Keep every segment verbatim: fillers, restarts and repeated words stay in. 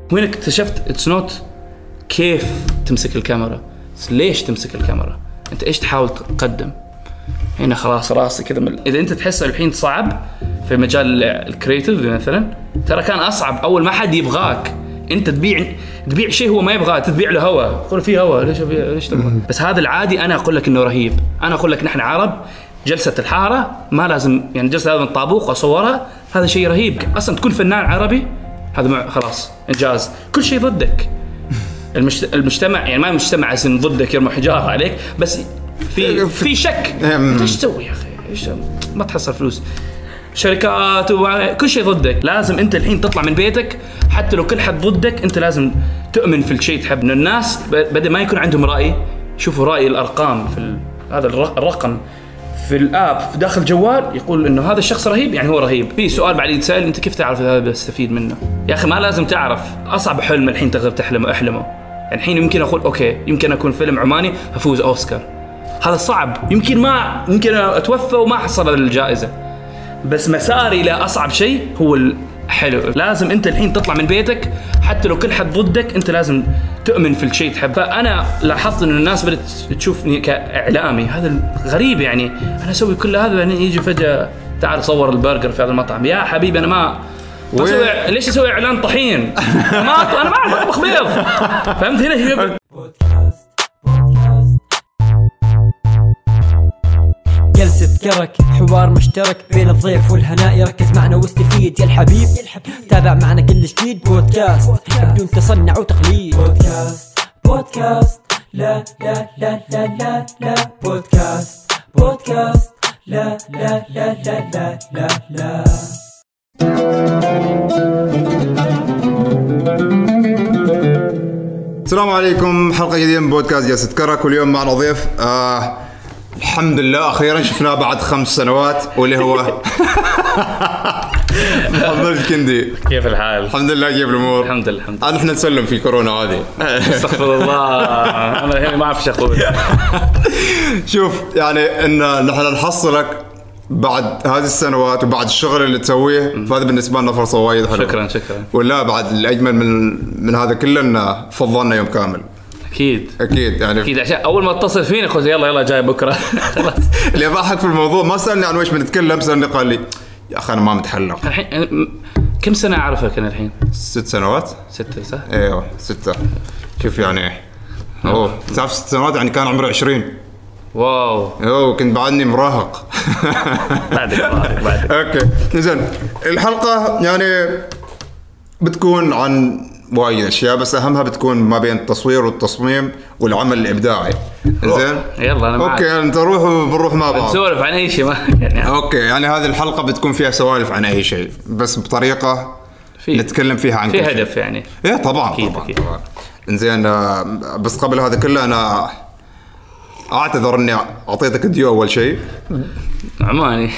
وين اكتشفت اتس نوت كيف تمسك الكاميرا، ليش تمسك الكاميرا، انت ايش تحاول تقدم. هنا خلاص راسي كذا مل... اذا انت تحس الحين صعب في مجال الكرياتيف مثلا، ترى كان اصعب اول ما حد يبغاك، انت تبيع تبيع شيء هو ما يبغاه، تبيع له هوا، يقول فيه هوا ليش ليش تبغى. بس هذا العادي انا اقول لك انه رهيب. انا اقول لك نحن عرب جلسه الحاره ما لازم يعني جلسه هذا من الطابوق واصورها، هذا شيء رهيب. اصلا تكون فنان عربي هذا خلاص انجاز. كل شيء ضدك المجتمع، يعني ما المجتمع اسم ضدك يرمي حجاره عليك، بس في في شك. ايش تسوي يا اخي؟ ايش ما تحصل فلوس، شركات وكل شيء ضدك. لازم انت الحين تطلع من بيتك حتى لو كل حد ضدك، انت لازم تؤمن في الشيء تحب. ان الناس بدل ما يكون عندهم راي، شوفوا راي الارقام في ال... هذا الرقم في الاب في داخل جوال يقول انه هذا الشخص رهيب، يعني هو رهيب. في سؤال بعد يتسال انت كيف تعرف هذا بستفيد منه؟ يا اخي ما لازم تعرف. اصعب حلم الحين تقدر تحلمه احلمه. يعني الحين يمكن اقول اوكي يمكن اكون فيلم عماني افوز اوسكار، هذا صعب، يمكن ما يمكن اتوفى وما احصل الجائزه، بس مساري الى اصعب شيء هو الحلو. لازم انت الحين تطلع من بيتك حتى لو كل حد ضدك، انت لازم تؤمن في الشيء تحب. فانا لاحظت انه الناس بدات تشوفني كاعلامي، هذا غريب يعني انا اسوي كل هذا يعني يجي فجاه تعال صور البرجر في هذا المطعم. يا حبيبي انا ما اسوي، ليش اسوي اعلان طحين؟ ما انا ما اعرف اطبخ بيض، فهمت؟ هنا هي جلسة كرك، حوار مشترك بين الضيف والهناء، يركز معنا واستفيد يا الحبيب. تابع معنا كل جديد، بودكاست بدون تصنع وتقليد. بودكاست بودكاست لا لا لا لا لا لا بودكاست بودكاست لا لا لا لا لا لا لا. السلام عليكم، حلقة جديدة من بودكاست جلسة كرك، واليوم معنا ضيف آه الحمد لله أخيرا شفناه بعد خمس سنوات، واللي هو محمد الكندي. كيف الحال؟ الحمد لله، كيف الأمور؟ الحمد لله الحمد لله. نحن نسلم في كورونا هذه. استغفر الله، أنا هنا ما أعرف شو أقول. شوف يعني إن نحن نحصلك بعد هذه السنوات وبعد الشغل اللي تسويه، فهذا بالنسبة لنا فرصة وايد حلوة. شكرا شكرا. ولا بعد الأجمل من من هذا كله إنه فضلنا يوم كامل. أكيد أكيد يعني أكيد. عشان أول ما اتصل فيني قلت يلا يلا جاي بكرة. اللي يضحك في الموضوع ما سألني عن ويش بنتكلم، سألني قال لي يا أخي أنا ما متحلق. الحين كم سنة أعرفك أنا الحين؟ ست سنوات. ستة صح؟ أيوة ستة. شوف يعني أوه تعرف ست سنوات يعني كان عمري عشرين. واو. أوه كنت بعدني مراهق. بعدك بعدك بعدك. أوكي زين. الحلقة يعني بتكون عن وايد أشياء، بس أهمها بتكون ما بين التصوير والتصميم والعمل الإبداعي. زين يلا أنا معك. أوكي أنت روح وبنروح مع بعض نسولف عن أي شيء ما يعني. أوكي يعني هذه الحلقة بتكون فيها سوالف عن أي شيء، بس بطريقة في نتكلم فيها عن في هدف يعني. إيه طبعا أكيد طبعا, أكيد. طبعا. إنزين بس قبل هذا كله أنا أعتذر إني أعطيتك ديو أول شيء عماني.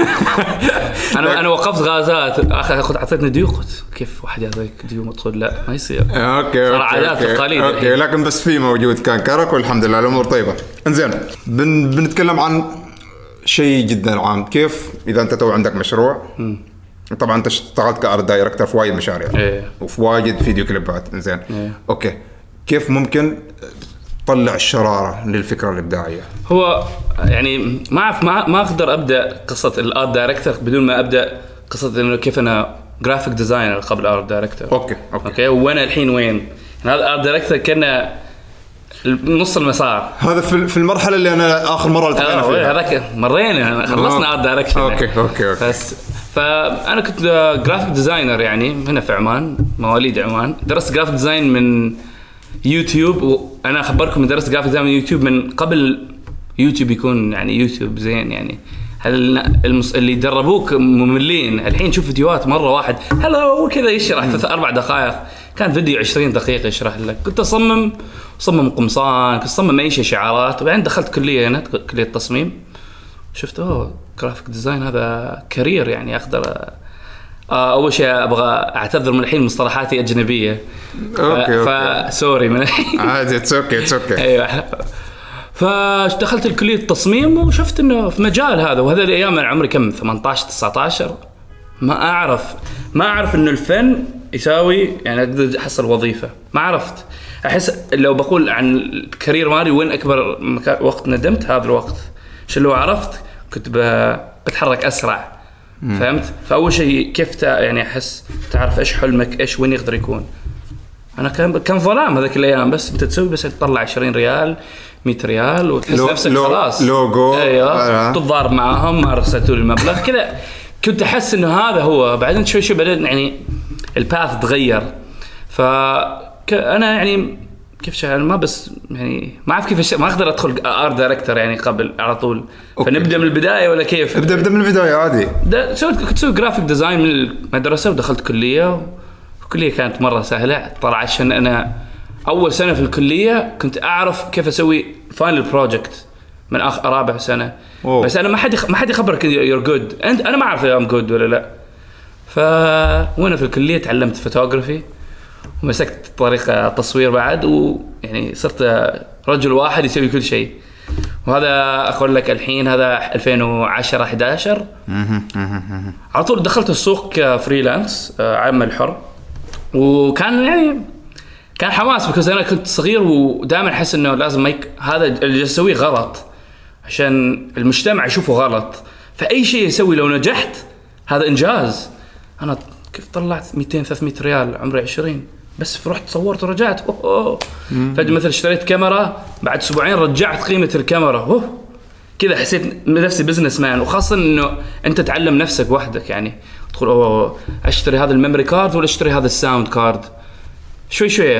أنا أنا وقفت غازات أخذ أخذ عطيتني ديو، قلت كيف واحد يعطيك ديو مدخل؟ لا ما يصير. أوكي صار عادات وتقاليد. أوكي لكن بس في موجود كان كرك والحمد لله الأمور طيبة. إنزين بن بنتكلم عن شيء جدا عام. كيف إذا أنت تو عندك مشروع، طبعا أنت اشتغلت كأرت دايركتور في وايد مشاريع إيه. وفي وايد فيديو كليبات. إنزين إيه. أوكي كيف ممكن طلع الشرارة للفكرة الإبداعية؟ هو يعني ما أعرف ما ما أقدر أبدأ قصة الآرت دايركتور بدون ما أبدأ قصة إنه كيف أنا جرافيك ديزاينر قبل آرت دايركتور. أوكي أوكي, أوكي. وأنا الحين وين؟ هذا الآرت دايركتور كنا نص المسار. هذا في في المرحلة اللي أنا آخر مرة التقينا فيها. هذاك مرينا خلصنا آرت دايركشن. أوكي أوكي أوكي. بس فأنا كنت جرافيك ديزاينر يعني هنا في عمان، مواليد عمان. درست جرافيك ديزاين من يوتيوب، وانا اخبركم من درست جرافيك ديزاين من يوتيوب من قبل يوتيوب يكون يعني يوتيوب زين. يعني هل المس... اللي دربوك مملين. الحين شوف فيديوهات مره واحد هلا هو كذا يشرح في اربع دقائق، كان فيديو عشرين دقيقه يشرح لك. كنت اصمم صمم قمصان، كنت اصمم اي شيء شعارات. وبعدين دخلت كليه هنا كليه تصميم، شفت اوه جرافيك ديزاين هذا كارير يعني اقدر. أول شيء أبغى أعتذر من الحين مصطلحاتي أجنبية. أوكي فسوري من الحين. عادي it's okay it's okay. أيوة. فدخلت الكلية التصميم وشفت إنه في مجال هذا، وهذا الأيام من عمري كم ثمانية عشر تسعة عشر، ما أعرف ما أعرف إنه الفن يساوي يعني اقدر احصل وظيفه. ما عرفت احس لو بقول عن الكارير مالي وين اكبر مكا... وقت ندمت هذا الوقت، عشان لو عرفت كنت ب... بتحرك اسرع. مم. فهمت؟ فاول شيء كيف تا... يعني احس تعرف ايش حلمك، ايش وين يقدر يكون. انا كان كان ظلام هذاك الايام، بس انت تسوي بس تطلع عشرين ريال مية ريال وتحس لو نفسك لو خلاص لوجو. ايوه تتضارب معهم ما رسلتوا لي المبلغ كذا. كنت احس انه هذا هو. بعدين شوي شوي بعدين يعني الباث تغير. فانا يعني كيف شغال ما بس يعني ما اعرف كيف ما اقدر ادخل ار دايركتور يعني قبل على طول. أوكي. فنبدا من البدايه ولا كيف؟ ابدا ابدا من البدايه عادي. سويت كنت اسوي جرافيك ديزاين من المدرسه ودخلت كليه، والكليه كانت مره سهله. طلع عشان انا اول سنه في الكليه كنت اعرف كيف اسوي فاينل بروجكت من اخر رابع سنه. أوه. بس انا ما حد ما حد يخبرك يور جود، انت انا ما اعرف ام جود ولا لا. ف وانا في الكليه تعلمت فوتوغرافي ومسكت طريقه تصوير بعد، ويعني صرت رجل واحد يسوي كل شيء. وهذا اقول لك الحين هذا ألفين وعشرة إحدى عشر على طول دخلت السوق كفريلانس عمل حر. وكان يعني كان حماس بكز انا كنت صغير ودائما احس انه لازم ما يك... هذا اللي اسويه غلط عشان المجتمع يشوفه غلط. فاي شيء يسوي لو نجحت هذا انجاز. انا كيف طلعت مئتين ثلاثمية ريال عمري عشرين بس رحت صورت ورجعت. أوه أوه. فجأة مثلا اشتريت كاميرا بعد اسبوعين رجعت قيمة الكاميرا. أوه. كذا حسيت نفسي بزنس مان. وخاصة انه انت تعلم نفسك وحدك يعني تقول اوه اشتري هذا الميموري كارد ولا اشتري هذا الساوند كارد شوي شوي.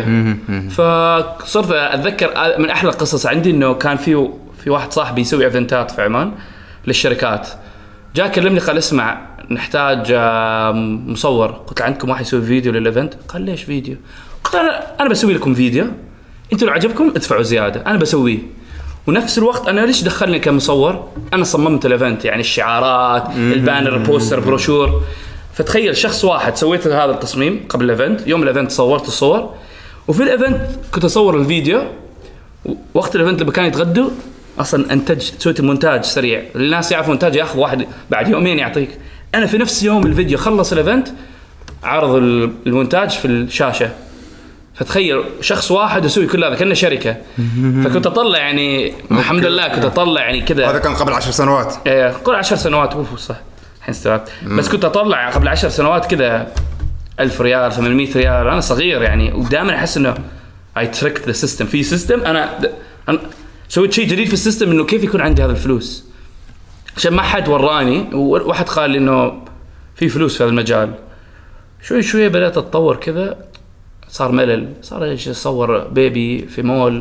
فصرت اتذكر من احلى القصص عندي انه كان في في واحد صاحبي يسوي ايفنتات في عمان للشركات. جاء كلمني قال اسمع نحتاج مصور. قلت عندكم واحد يسوي فيديو للايفنت؟ قال ليش فيديو؟ قلت انا انا بسوي لكم فيديو، انتوا لو عجبكم ادفعوا زياده انا بسويه. ونفس الوقت انا ليش دخلني كمصور؟ انا صممت الايفنت يعني الشعارات البانر البوستر بروشور. فتخيل شخص واحد سويت هذا التصميم قبل الايفنت، يوم الايفنت صورت الصور، وفي الايفنت كنت اصور الفيديو. وقت الايفنت لما كانوا يتغدوا اصلا انتج سويت المونتاج سريع. الناس يعرفوا مونتاج ياخذ واحد بعد يومين يعطيك. انا في نفس يوم الفيديو خلص الايفنت عرض المونتاج في الشاشه. فتخيل شخص واحد يسوي كل هذا كأنه شركه. فكنت اطلع يعني الحمد لله كنت اطلع يعني كذا. هذا كان قبل عشر سنوات. ايه قبل عشر سنوات. اوف صح الحين استوعبت. بس كنت اطلع قبل عشر سنوات كذا ألف ريال ثمانمية ريال. انا صغير يعني ودائما احس انه I tricked the system. في سيستم انا انا سويت شيء جديد في السيستم انه كيف يكون عندي هذا الفلوس عشان ما حد وراني. وواحد قال لي انه في فلوس في هذا المجال. شوي شوي بدأت اتطور كذا صار ملل. صار ايش اصور بيبي في مول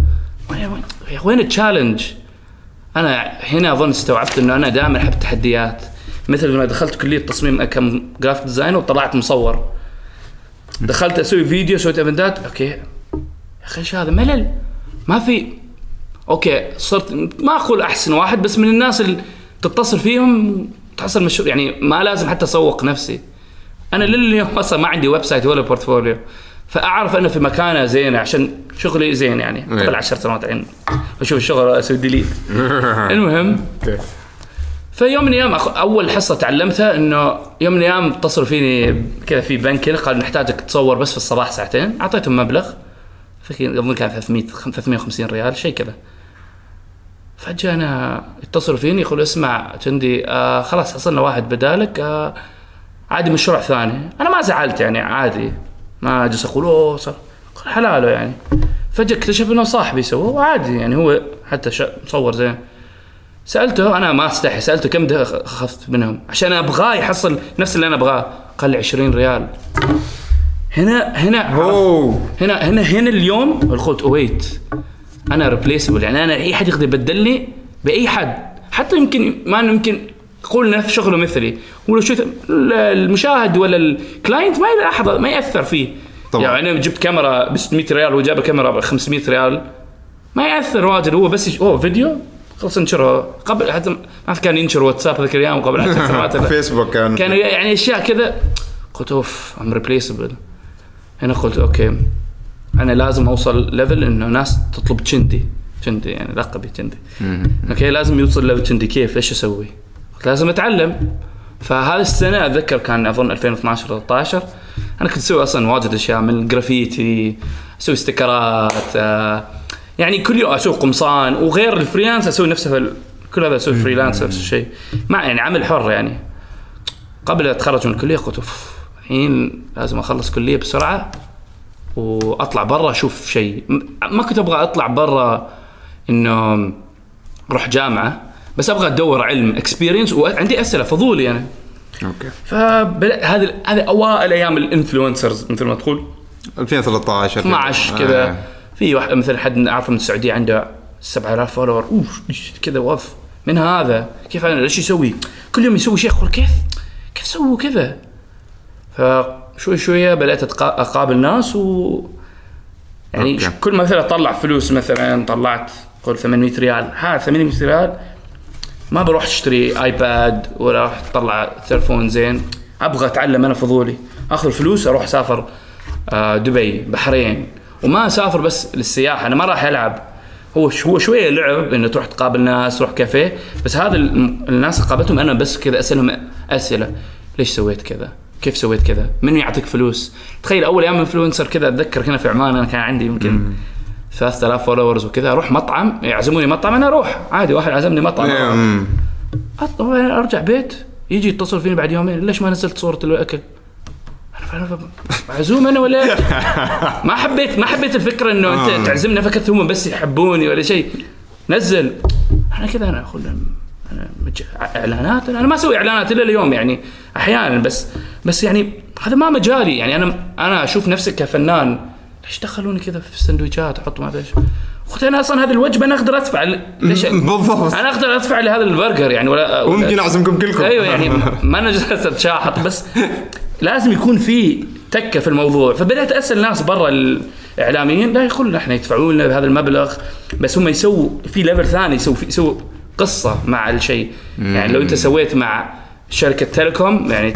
وين التشالنج. انا هنا اظن استوعبت انه انا دائما احب التحديات. مثل لما دخلت كليه تصميم كم جرافيك ديزاين وطلعت مصور، دخلت اسوي فيديو سويت ايفنتات. اوكي يا اخي ايش هذا ملل ما في. اوكي صرت ما اقول احسن واحد بس من الناس اللي تتصل فيهم تحصل مشهور يعني ما لازم حتى اسوق نفسي. انا لليوم اصلا ما عندي ويب سايت ولا بورتفوليو. فاعرف انه في مكانه زينه عشان شغلي زين يعني قبل عشر سنوات الحين بشوف الشغل اسوي ديليت. المهم في يوم من الايام اول حصه تعلمتها انه يوم من الايام اتصلوا فيني كذا في بنك قال نحتاجك تصور بس في الصباح ساعتين. اعطيتهم مبلغ فكر اظن كان ثلاثمية وخمسين ريال شيء كذا. فجاه انا اتصلوا فيني يقولوا اسمع عندي آه خلاص حصلنا واحد بدالك آه عادي مشروع ثاني. انا ما زعلت يعني عادي ما اجلس اقول اوه صار حلاله يعني. فجاه اكتشف انه صاحبي سواه وعادي يعني هو حتى مصور زين. سالته انا ما استحي سالته كم ده اخذت منهم عشان ابغاه يحصل نفس اللي انا ابغاه. قال لي عشرين ريال. هنا هنا هنا هنا هنا اليوم قلت ويت انا ريبليسبل يعني انا اي حد يقدر يبدلني باي حد حتى يمكن ما يمكن اقول نفس شغله مثلي ولو شو المشاهد ولا الكلاينت ما يلاحظ ما ياثر فيه طبعا. يعني انا جبت كاميرا ب ستمية ريال وجاب كاميرا ب خمسمية ريال ما ياثر واجد. هو بس اوه فيديو خلص نشره. قبل حتى ما كان ينشر واتساب ذيك الايام قبل عشر سنوات فيسبوك كان كان يعني اشياء كذا. قلت اوف ام ريبليسبل. هنا قلت اوكي انا لازم اوصل ليفل انه ناس تطلب تشندي تشندي يعني لقبي تشندي. اوكي لازم يوصل ليفل تشندي. كيف ايش اسوي؟ لازم اتعلم. فهذه السنه اتذكر كان اظن ألفين واثناشر ثلاثة عشر انا كنت اسوي اصلا واجد اشياء من الجرافيتي، اسوي استيكرات، آه يعني كل يوم اسوي قمصان، وغير الفريلانس اسوي نفسه ال... كل هذا اسوي فريلانس نفس الشيء مع يعني عمل حر. يعني قبل اتخرج من الكليه قلت الحين لازم اخلص كليه بسرعه واطلع برا اشوف شيء. ما كنت ابغى اطلع برا انه اروح جامعه، بس ابغى ادور علم اكسبيرينس وعندي اسئله فضولي انا. اوكي. فهذا هذا اوائل ايام الانفلونسرز مثل ما تقول ألفين وثلاثة عشر اثنا عشر كذا. آه. في واحد مثلا حد اعرفه من السعوديه عنده سبعة آلاف فولور، اوف كذا وظف من هذا كيف انا ايش يسوي كل يوم يسوي شيء، اقول كيف كيف سووا كذا. فشوي شويه بدات اقابل ناس و يعني أوكي. كل ما مثلا اطلع فلوس مثلا طلعت قول ثمانمية ريال، ها ثمانمية ريال ما بروح اشتري ايباد ولا راح اطلع تلفون زين، ابغى اتعلم انا فضولي، اخذ الفلوس اروح اسافر دبي بحرين، وما اسافر بس للسياحه، انا ما راح العب. هو هو شويه لعب انه تروح تقابل ناس تروح كافيه، بس هذا الناس اللي قابلتهم انا بس كذا اسالهم اسئله، ليش سويت كذا، كيف سويت كذا، من يعطيك فلوس. تخيل اول ايام انفلونسر كذا، اتذكر هنا في عمان انا كان عندي يمكن ثلاثة آلاف فولورز وكذا، اروح مطعم يعزموني مطعم انا اروح عادي، واحد عزمني مطعم اطلع ارجع بيت يجي يتصل فيني بعد يومين، ليش ما نزلت صورة الاكل؟ انا معزوم انا ولا ما حبيت ما حبيت الفكره انه انت تعزمنا فكرت هم بس يحبوني ولا شيء، نزل انا كذا انا اقول انا مج... اعلانات انا ما اسوي اعلانات الا اليوم يعني احيانا، بس بس يعني هذا ما مجالي. يعني انا انا اشوف نفسي كفنان، ليش دخلوني كذا في السندويشات احطوا ما ادري ايش، اخت انا اصلا هذه الوجبه انا اقدر ادفع ليش بالضبط، انا اقدر ادفع لهذا البرجر يعني ولا ممكن اعزمكم كلكم. ايوه يعني ما انا جالس اتشاحط، بس لازم يكون في تكه في الموضوع. فبدات اسال ناس برا الاعلاميين، لا يقولون احنا يدفعوا لنا بهذا المبلغ، بس هم يسووا في ليفل ثاني، يسووا يسووا قصه مع الشيء. يعني لو انت سويت مع شركه تيليكوم يعني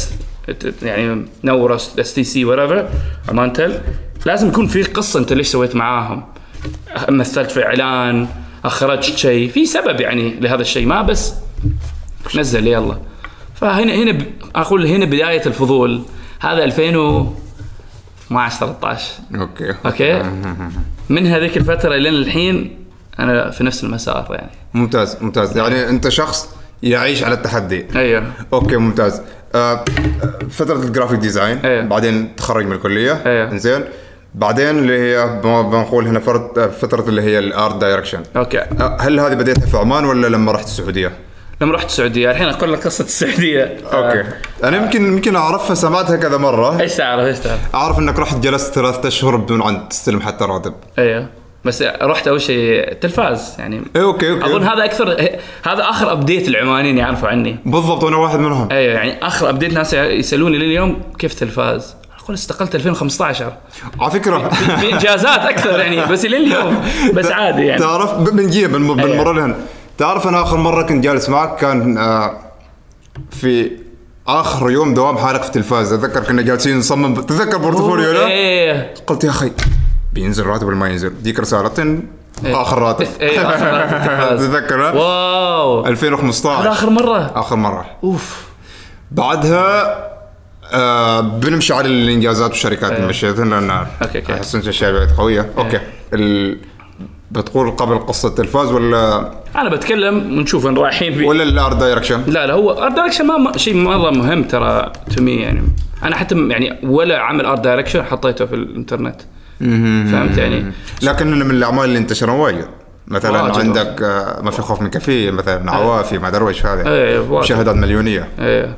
يعني نورس اس تي سي وريفر امانتل، لازم يكون في قصه انت ليش سويت معاهم، مثلت في اعلان، اخرجت شيء في سبب يعني لهذا الشيء، ما بس نزل يلا. فهنا هنا ب... اقول هنا بدايه الفضول، هذا ألفين واثني عشر ثلاثة عشر. اوكي اوكي من هذيك الفتره الى الحين انا في نفس المسار يعني. ممتاز ممتاز. يعني انت شخص يعيش على التحدي. ايوه اوكي ممتاز. آه فتره الجرافيك ديزاين. أيوه. بعدين تخرج من الكليه. أيوه. زين بعدين اللي هي بنقول هنا فتره اللي هي الارت دايركشن. اوكي هل هذه بديتها في عمان ولا لما رحت السعوديه؟ لما رحت السعوديه. الحين اقول لك قصه السعوديه. اوكي آه. انا يمكن يمكن اعرفها، سمعتها كذا مره. ايش تعرف ايش تعرف اعرف انك رحت جلست ثلاثة اشهر بدون عن تستلم حتى راتب. ايوه بس رحت اول شيء تلفاز يعني. ايه اوكي اوكي اظن هذا اكثر، هذا اخر ابديت العمانيين يعرفوا عني. بالضبط وانا واحد منهم. ايوه يعني اخر ابديت ناس يسالوني لليوم كيف تلفاز، اقول استقلت ألفين وخمسة عشر على فكره. في انجازات اكثر يعني، بس لليوم بس عادي يعني. تعرف بنجيب بالمره لهن. تعرف انا اخر مره كنت جالس معك كان آه في اخر يوم دوام حالك في التلفاز، اتذكر كنا جالسين نصمم، تذكر بورتفوليو لا؟ ايه. قلت يا اخي بينزل راتب ولا ما ينزل، ديك رسالة إيه. اخر راتب. ايه اخر راتب تذكر. واو ألفين وخمسة عشر هذا اخر مره اخر مره. اوف. بعدها آه بنمشي على الانجازات والشركات اللي مشيتها، لان احس انت الشبكات قويه. أيه. اوكي ال... بتقول قبل قصه التلفاز ولا انا بتكلم ونشوف ان رايحين فيه ولا الارت دايركشن؟ لا لا هو ارت دايركشن ما شيء مره مهم ترى تومي يعني. انا حتى يعني ولا عمل ارت دايركشن حطيته في الانترنت. فهمت يعني. لكن من الاعمال اللي انتشروا وايد مثلا عندك ما في خوف من كفيل مثلا، عوافي ما درويش هذا. ايه مشاهدات مليونيه. ايه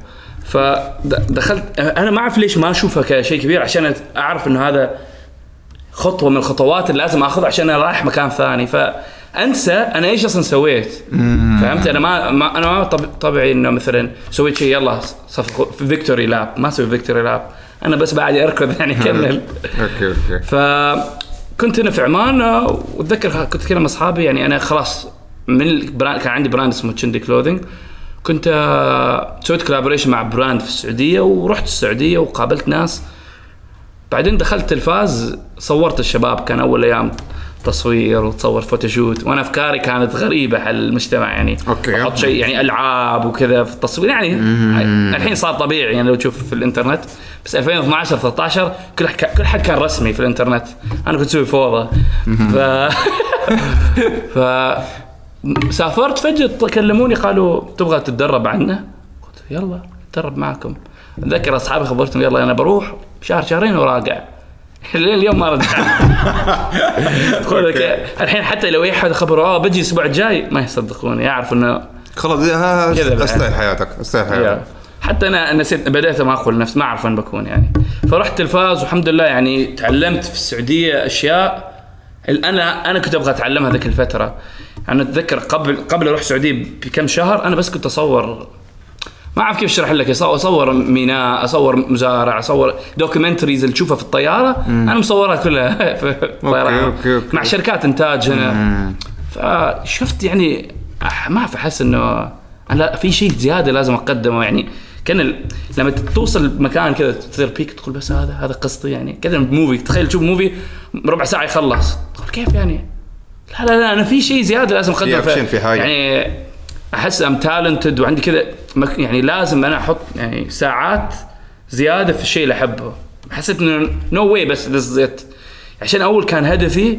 فدخلت انا ما اعرف ليش ما اشوفها كشيء كبير، عشان اعرف انه هذا خطوه من الخطوات اللي لازم اخذها عشان انا رايح مكان ثاني، فانسى انا ايش اصلا سويت. فهمت. انا ما, ما انا ما طبيعي انه مثلا سويت شيء يلا صفق في فيكتوري لاب، ما اسوي فيكتوري لاب، انا بس بعد اركض يعني كمل. اوكي اوكي. فكنت هنا في عمان واتذكر كنت كلام اصحابي يعني انا خلاص من البراند، كان عندي براند اسمه تشندي كلوذينج، كنت سويت كولابوريشن مع براند في السعوديه ورحت السعوديه وقابلت ناس. بعدين دخلت تلفاز، صورت الشباب، كان اول ايام تصوير وتصور فوتوشوت، وانا افكاري كانت غريبه على المجتمع يعني. أوكي. احط شيء يعني العاب وكذا في التصوير يعني. الحين صار طبيعي يعني لو تشوف في الانترنت، بس ألفين واثناشر ثلاثة عشر كل حد كل حد كان رسمي في الانترنت. انا كنت اسوي فوضى. ف ف سافرت فجأة كلموني قالوا تبغى تتدرب عندنا؟ قلت يلا اتدرب معكم. اتذكر اصحابي خبرتهم يلا انا بروح شهر شهرين وراجع. اليوم ما رد. الحين حتى لو اي حد خبره اه بجي الاسبوع الجاي ما يصدقوني، يعرف انه خلاص استاهل حياتك استاهل حياتك. حتى انا نسيت بديت ما اقول نفس ما اعرف وين بكون يعني. فرحت تلفاز والحمد لله يعني تعلمت في السعوديه اشياء انا انا كنت ابغى اتعلمها ذيك الفتره. انا اتذكر قبل قبل اروح السعوديه بكم شهر انا بس كنت اصور، ما اعرف كيف اشرح لك، اصور ميناء، اصور مزارع، اصور دوكيومنتريز اللي تشوفها في الطياره. مم. انا مصورها كلها في الطياره مع شركات انتاج هنا. مم. فشفت يعني ما احس انه انا في شيء زياده لازم اقدمه يعني. كان ال... لما توصل مكان كذا تصير بيك تقول بس هذا هذا قصتي يعني كذا. موفي تخيل تشوف موفي ربع ساعه يخلص تقول كيف يعني؟ لا لا لا انا في شيء زياده لازم اقدمه. في يعني احس ام تالنتد وعندي كذا يعني لازم انا احط يعني ساعات زياده في الشيء اللي احبه. حسيت انه نو واي بس لزيت عشان اول كان هدفي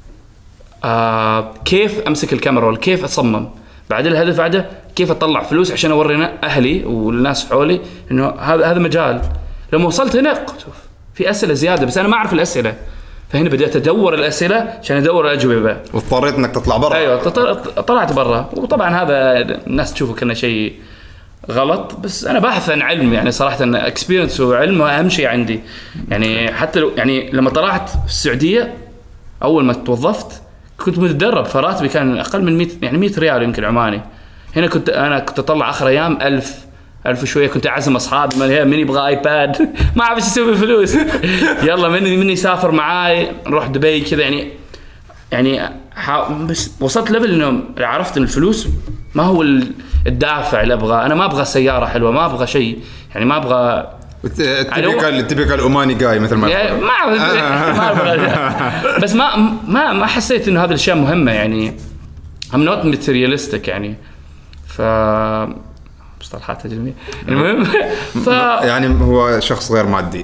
آه كيف امسك الكاميرا ولا كيف اصمم. بعد الهدف بعده كيف اطلع فلوس عشان اورينا اهلي والناس حولي انه هذا هذا مجال. لما وصلت هنا في اسئله زياده بس انا ما اعرف الاسئله، فهنا بدأت أدور الأسئلة عشان أدور الأجوبة. واضطريت إنك تطلع برا. أيوة طلعت برا. وطبعا هذا الناس تشوفه كأنه شيء غلط بس أنا باحث عن علم يعني صراحة أن experience وعلم أهم شيء عندي يعني. حتى لو يعني لما طلعت في السعودية أول ما توظفت كنت متدرب فراتبي كان أقل من مية يعني مية ريال يمكن عماني. هنا كنت أنا كنت أطلع آخر أيام ألف ألف شوية. كنت أعزم أصحابي من يبغى آيباد ما أعرف إيش أسوي بالفلوس. يلا مني مني سافر معاي نروح دبي كذا يعني يعني بس وصلت ليفل إنه عرفت إن الفلوس ما هو الدافع اللي أبغى. أنا ما أبغى سيارة حلوة ما أبغى شيء يعني ما أبغى التبيكال التبيكال الأوماني جاي مثل ما يعني ما ما أبغى بس ما ما ما حسيت إنه هذه الأشياء مهمة يعني. I'm not materialistic يعني. ف مصطلحات جميلة. المهم ف يعني هو شخص غير مادي.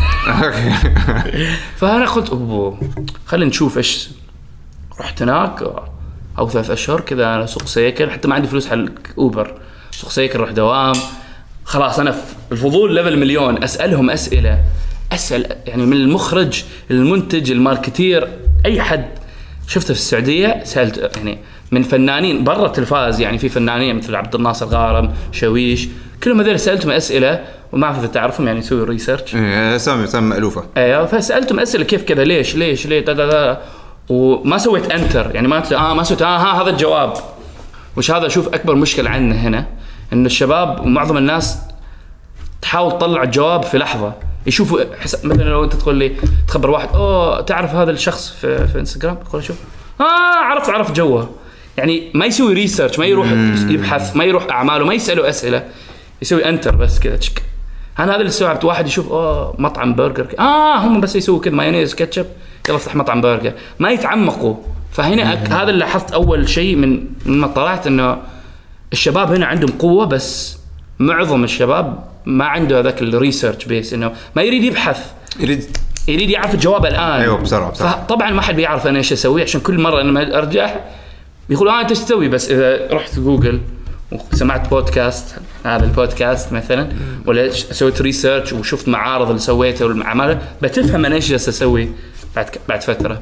فأنا قلت أبوه خلينا نشوف إيش. رحت هناك أو ثلاث أشهر كذا أنا سوق سيكل حتى ما عندي فلوس حق أوبر. سوق سيكل رح دوام خلاص. أنا في الفضول ليفل مليون أسألهم أسئلة أسأل يعني من المخرج المنتج الماركتير أي حد شفته في السعودية سألت يعني. من فنانين برا التلفاز يعني في فنانين مثل عبد الناصر غارم شويش كلهم هذول سألتهم أسئلة وما أعرف إذا تعرفهم يعني يسوي ريسيرش. إيه سامي سامي مألوفة. أيوة فسألتهم أسئلة كيف كذا ليش ليش ليه دا دا دا وما سويت أنتر يعني ما آه ما سويت آه ها هذا الجواب. وش هذا أشوف أكبر مشكلة عندنا هنا إن الشباب ومعظم الناس تحاول تطلع الجواب في لحظة يشوفوا مثلا لو أنت تقول لي تخبر واحد أوه تعرف هذا الشخص في في إنستغرام يقول شوف آه عرفت عرفت جوه يعني ما يسوي ريسيرش ما يروح يبحث ما يروح أعماله ما يسأله أسئلة يسوي أنتر بس كذا تشك. أنا هذا اللي استوعبت واحد يشوف أوه مطعم برجر آه هم بس يسووا كذا مايونيز كاتشب يلا افتح مطعم برجر ما يتعمقوا. فهنا أك... هذا اللي لاحظت أول شيء من من ما طلعت إنه الشباب هنا عندهم قوة بس معظم الشباب ما عنده هذاك الريسيرش بيس إنه ما يريد يبحث يريد يريد يعرف الجواب الآن. أيوة بسرعة بسرعة. طبعا ما حد بيعرف أنا إيش أسوي عشان كل مرة لما أرجع بيقول آه أنت إيش تسوي. بس إذا رحت جوجل وسمعت بودكاست هذا البودكاست مثلا ولا سويت ريسيرش وشفت معارض اللي سويتها والمعاملة بتفهم أنا إيش جالس أسوي بعد بعد فترة.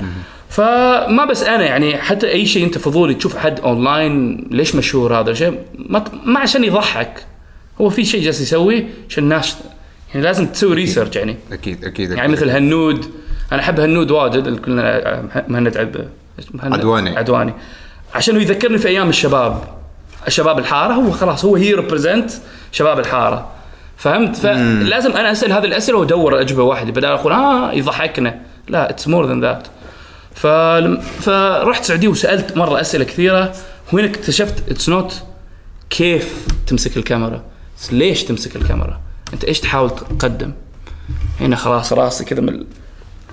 فما بس أنا يعني حتى أي شيء أنت فضولي تشوف حد أونلاين ليش مشهور هذا الشيء ما ما عشان يضحك هو في شيء جالس يسوي عشان الناس يعني لازم تسوي ريسيرش يعني. أكيد أكيد يعني مثل هالنود أنا أحب هالنود واجد كلنا مهند عب عدواني عدواني عشان يذكرني في أيام الشباب الشباب الحارة. هو خلاص هو هي ريبريزنت شباب الحارة فهمت. فلازم أنا أسأل هذه الأسئلة وأدور الأجوبة واحدة بدل أقول آه يضحكنا لا it's more than that. ف... فرحت سعودية وسألت مرة أسئلة كثيرة وهنا اكتشفت it's not كيف تمسك الكاميرا ليش تمسك الكاميرا أنت إيش تحاول تقدم. هنا خلاص راسي كذا من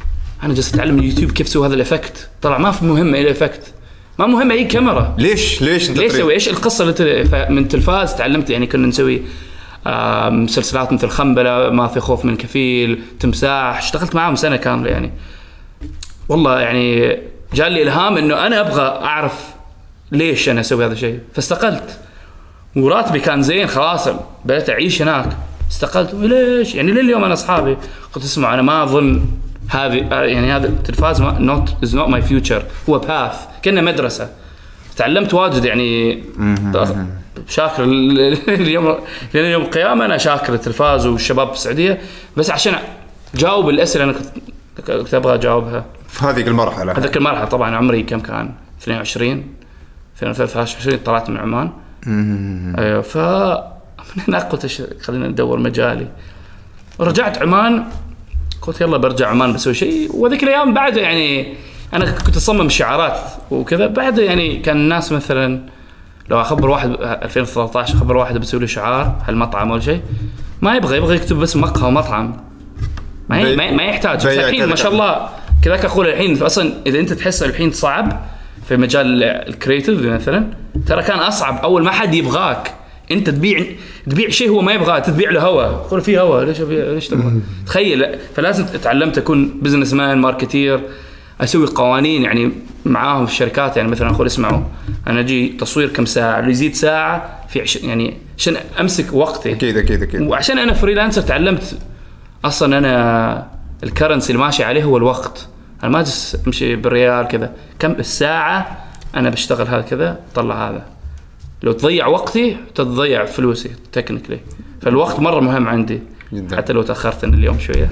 انا جالس اتعلم اليوتيوب كيف اسوي هذا الافكت، طلع ما في مهم اي الافكت، ما مهم اي كاميرا. ليش ليش ليش سوي ايش القصه اللي من التلفاز تعلمت؟ يعني كنا نسوي آه مسلسلات مثل خنبله، ما في خوف من كفيل، تمساح، اشتغلت معاهم سنه كامله يعني. والله يعني جاء لي الهام انه انا ابغى اعرف ليش انا اسوي هذا الشيء، فاستقلت وراتبي كان زين خلاص بدأت اعيش هناك. استقلت ليش يعني لليوم انا اصحابي قلت اسمع انا ما اظن هذه يعني هذا التلفاز not is not my future، هو باث كأنه مدرسه. تعلمت واجد يعني شاكر اليوم اليوم القيامه انا شاكر التلفاز والشباب السعوديه، بس عشان جاوب الاسئله انا كنت كنت ابغى اجاوبها في هذيك المرحله. هذيك المرحله طبعا عمري كم كان؟ اثنين وعشرين ثلاثة وعشرين طلعت من عمان. ايوه ف من هنا قلت خلينا ندور مجالي. ورجعت عمان قلت يلا برجع عمان بسوي شيء. وذيك الايام بعد يعني انا كنت اصمم شعارات وكذا، بعد يعني كان الناس مثلا لو اخبر واحد ألفين وثلاثة عشر اخبر واحد بسوي له شعار هالمطعم ولا شيء ما يبغى يبغى يكتب بس مقهى ومطعم، ما بي ما يحتاج. الحين ما شاء الله كذاك اقول الحين اصلا اذا انت تحس الحين صعب في مجال الكرياتيف مثلا، ترى كان اصعب اول ما حد يبغاك انت تبيع تبيع شيء هو ما يبغاه، تبيع له هوا. يقول فيه هوا ليش ليش تبغى تخيل. فلازم اتعلمت اكون بزنس مان ماركتير، اسوي قوانين يعني معاهم في الشركات. يعني مثلا اقول اسمعوا انا اجي تصوير كم ساعه، اللي يزيد ساعه في عش... يعني عشان امسك وقتي. اكيد اكيد اكيد. وعشان انا فريلانسر تعلمت اصلا انا الكرنسي اللي ماشي عليه هو الوقت. انا ما جالس امشي بالريال كذا، كم الساعه انا بشتغل هذا كذا طلع هذا. لو تضيع وقتي تضيع فلوسي تكنيكلي. فالوقت مره مهم عندي جدا. حتى لو تاخرت اليوم شويه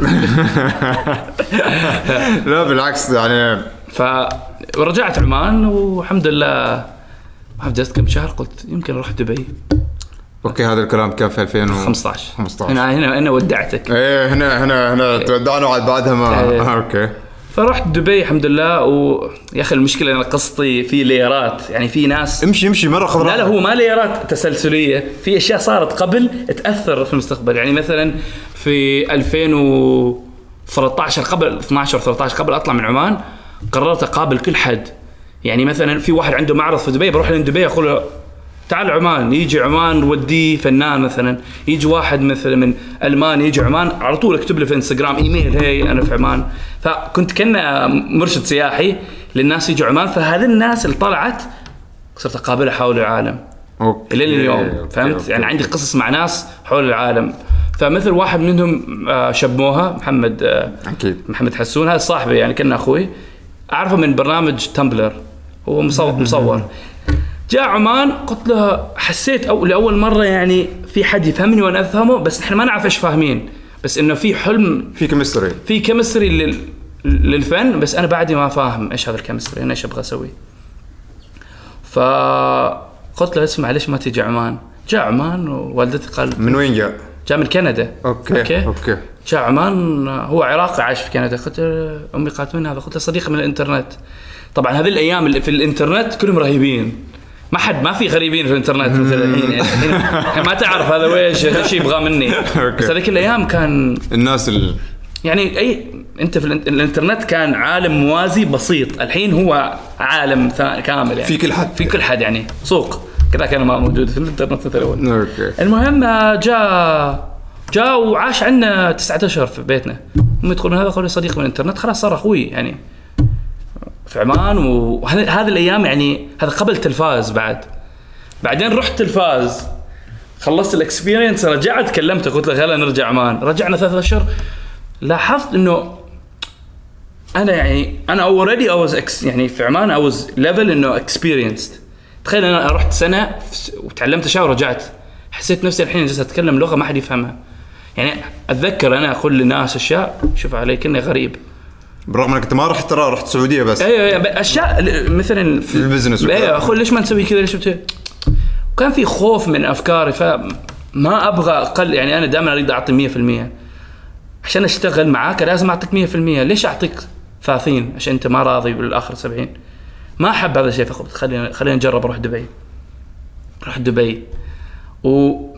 لا بالعكس يعني. فرجعت عمان والحمد لله حفظت كم شهر قلت يمكن اروح دبي. اوكي هذا الكلام كان في ألفين وخمسطعش. هنا هنا انا ودعتك. ايه هنا هنا هنا تودعنا وعد بعدها ما إيه. اوكي. فرحت دبي الحمد لله. ويا اخي المشكله انا قصتي في ليرات، يعني في ناس امشي امشي مره خضراء. لا لا هو ما ليرات تسلسليه، في اشياء صارت قبل تاثر في المستقبل. يعني مثلا في ألفين وثلاثة عشر قبل اثنا عشر ثلاثة عشر قبل اطلع من عمان قررت اقابل كل حد. يعني مثلا في واحد عنده معرض في دبي بروح لدبي اقول له تعال عمان، يجي عمان نوديه فنان. مثلا يجي واحد مثلا من ألمانيا يجي عمان على طول اكتب له في انستغرام ايميل هي انا في عمان. فكنت كنا مرشد سياحي للناس يجوا عمان. فهذه الناس اللي طلعت صرت اقابلها حول العالم اوكي الى اليوم. أوكي. فهمت أوكي. يعني عندي قصص مع ناس حول العالم. فمثل واحد منهم شبموها محمد اكيد محمد حسون، هذا صاحبي يعني كنا اخوي، اعرفه من برنامج تمبلر، هو مصور مصور جاء عمان. قلت له حسيت أو لأول مرة يعني في حد يفهمني وأنا أفهمه، بس نحن ما نعرف إيش فاهمين، بس إنه في حلم في كيمستري في كيمستري لل... للفن. بس أنا بعدي ما فاهم إيش هذا الكيمستري، أنا إيش أبغى أسوي. فقلت له اسمع ليش ما تيجي عمان؟ جاء عمان ووالدتي قال من وين جاء؟ جاء من كندا. أوكي أوكي, أوكي. جاء عمان هو عراقي عايش في كندا. قلت أمي قالت من هذا؟ قلت له صديق من الإنترنت. طبعا هذه الأيام اللي في الإنترنت كلهم رهيبين، ما حد ما في غريبين في الانترنت مثل الحين. يعني ما تعرف هذا ويش شيء يبغى مني. بس هذيك الايام كان الناس ال... يعني اي انت في الانترنت كان عالم موازي بسيط. الحين هو عالم كامل يعني في كل حد في كل حد يعني سوق كذا كان ما موجود في الانترنت مثل اول. اوكي. المهم جاء جاء وعاش عندنا تسعة اشهر في بيتنا. هم يدخلون هذا قالوا صديق من الانترنت، خلاص صار اخوي يعني في عمان. وهذه الايام يعني هذا قبل تلفاز بعد. بعدين رحت تلفاز خلصت الاكسبيرينس، رجعت كلمته قلت له خلينا نرجع عمان. رجعنا ثلاثة اشهر. لاحظت انه انا يعني انا اوريدي اوز اكس يعني في عمان اوز ليفل انه اكسبيرينسد. تخيل انا رحت سنه وتعلمت اشياء ورجعت حسيت نفسي الحين جالس اتكلم لغه ما حد يفهمها. يعني اتذكر انا اقول للناس اشياء شوف علي كني غريب، برغم انك ما رحت ترى رحت السعوديه بس. ايوه اشياء مثلا في البزنس. ايوه اقول ليش ما نسوي كذا ليش بت... وكان في خوف من افكاري فما ابغى اقل. يعني انا دائما اريد اعطي مية بالمية عشان اشتغل معاك لازم اعطيك مية بالمية. ليش اعطيك ثلاثين عشان انت ما راضي بالاخر سبعين؟ ما احب هذا الشيء. فقلت خلينا خلينا نجرب اروح دبي. رحت دبي و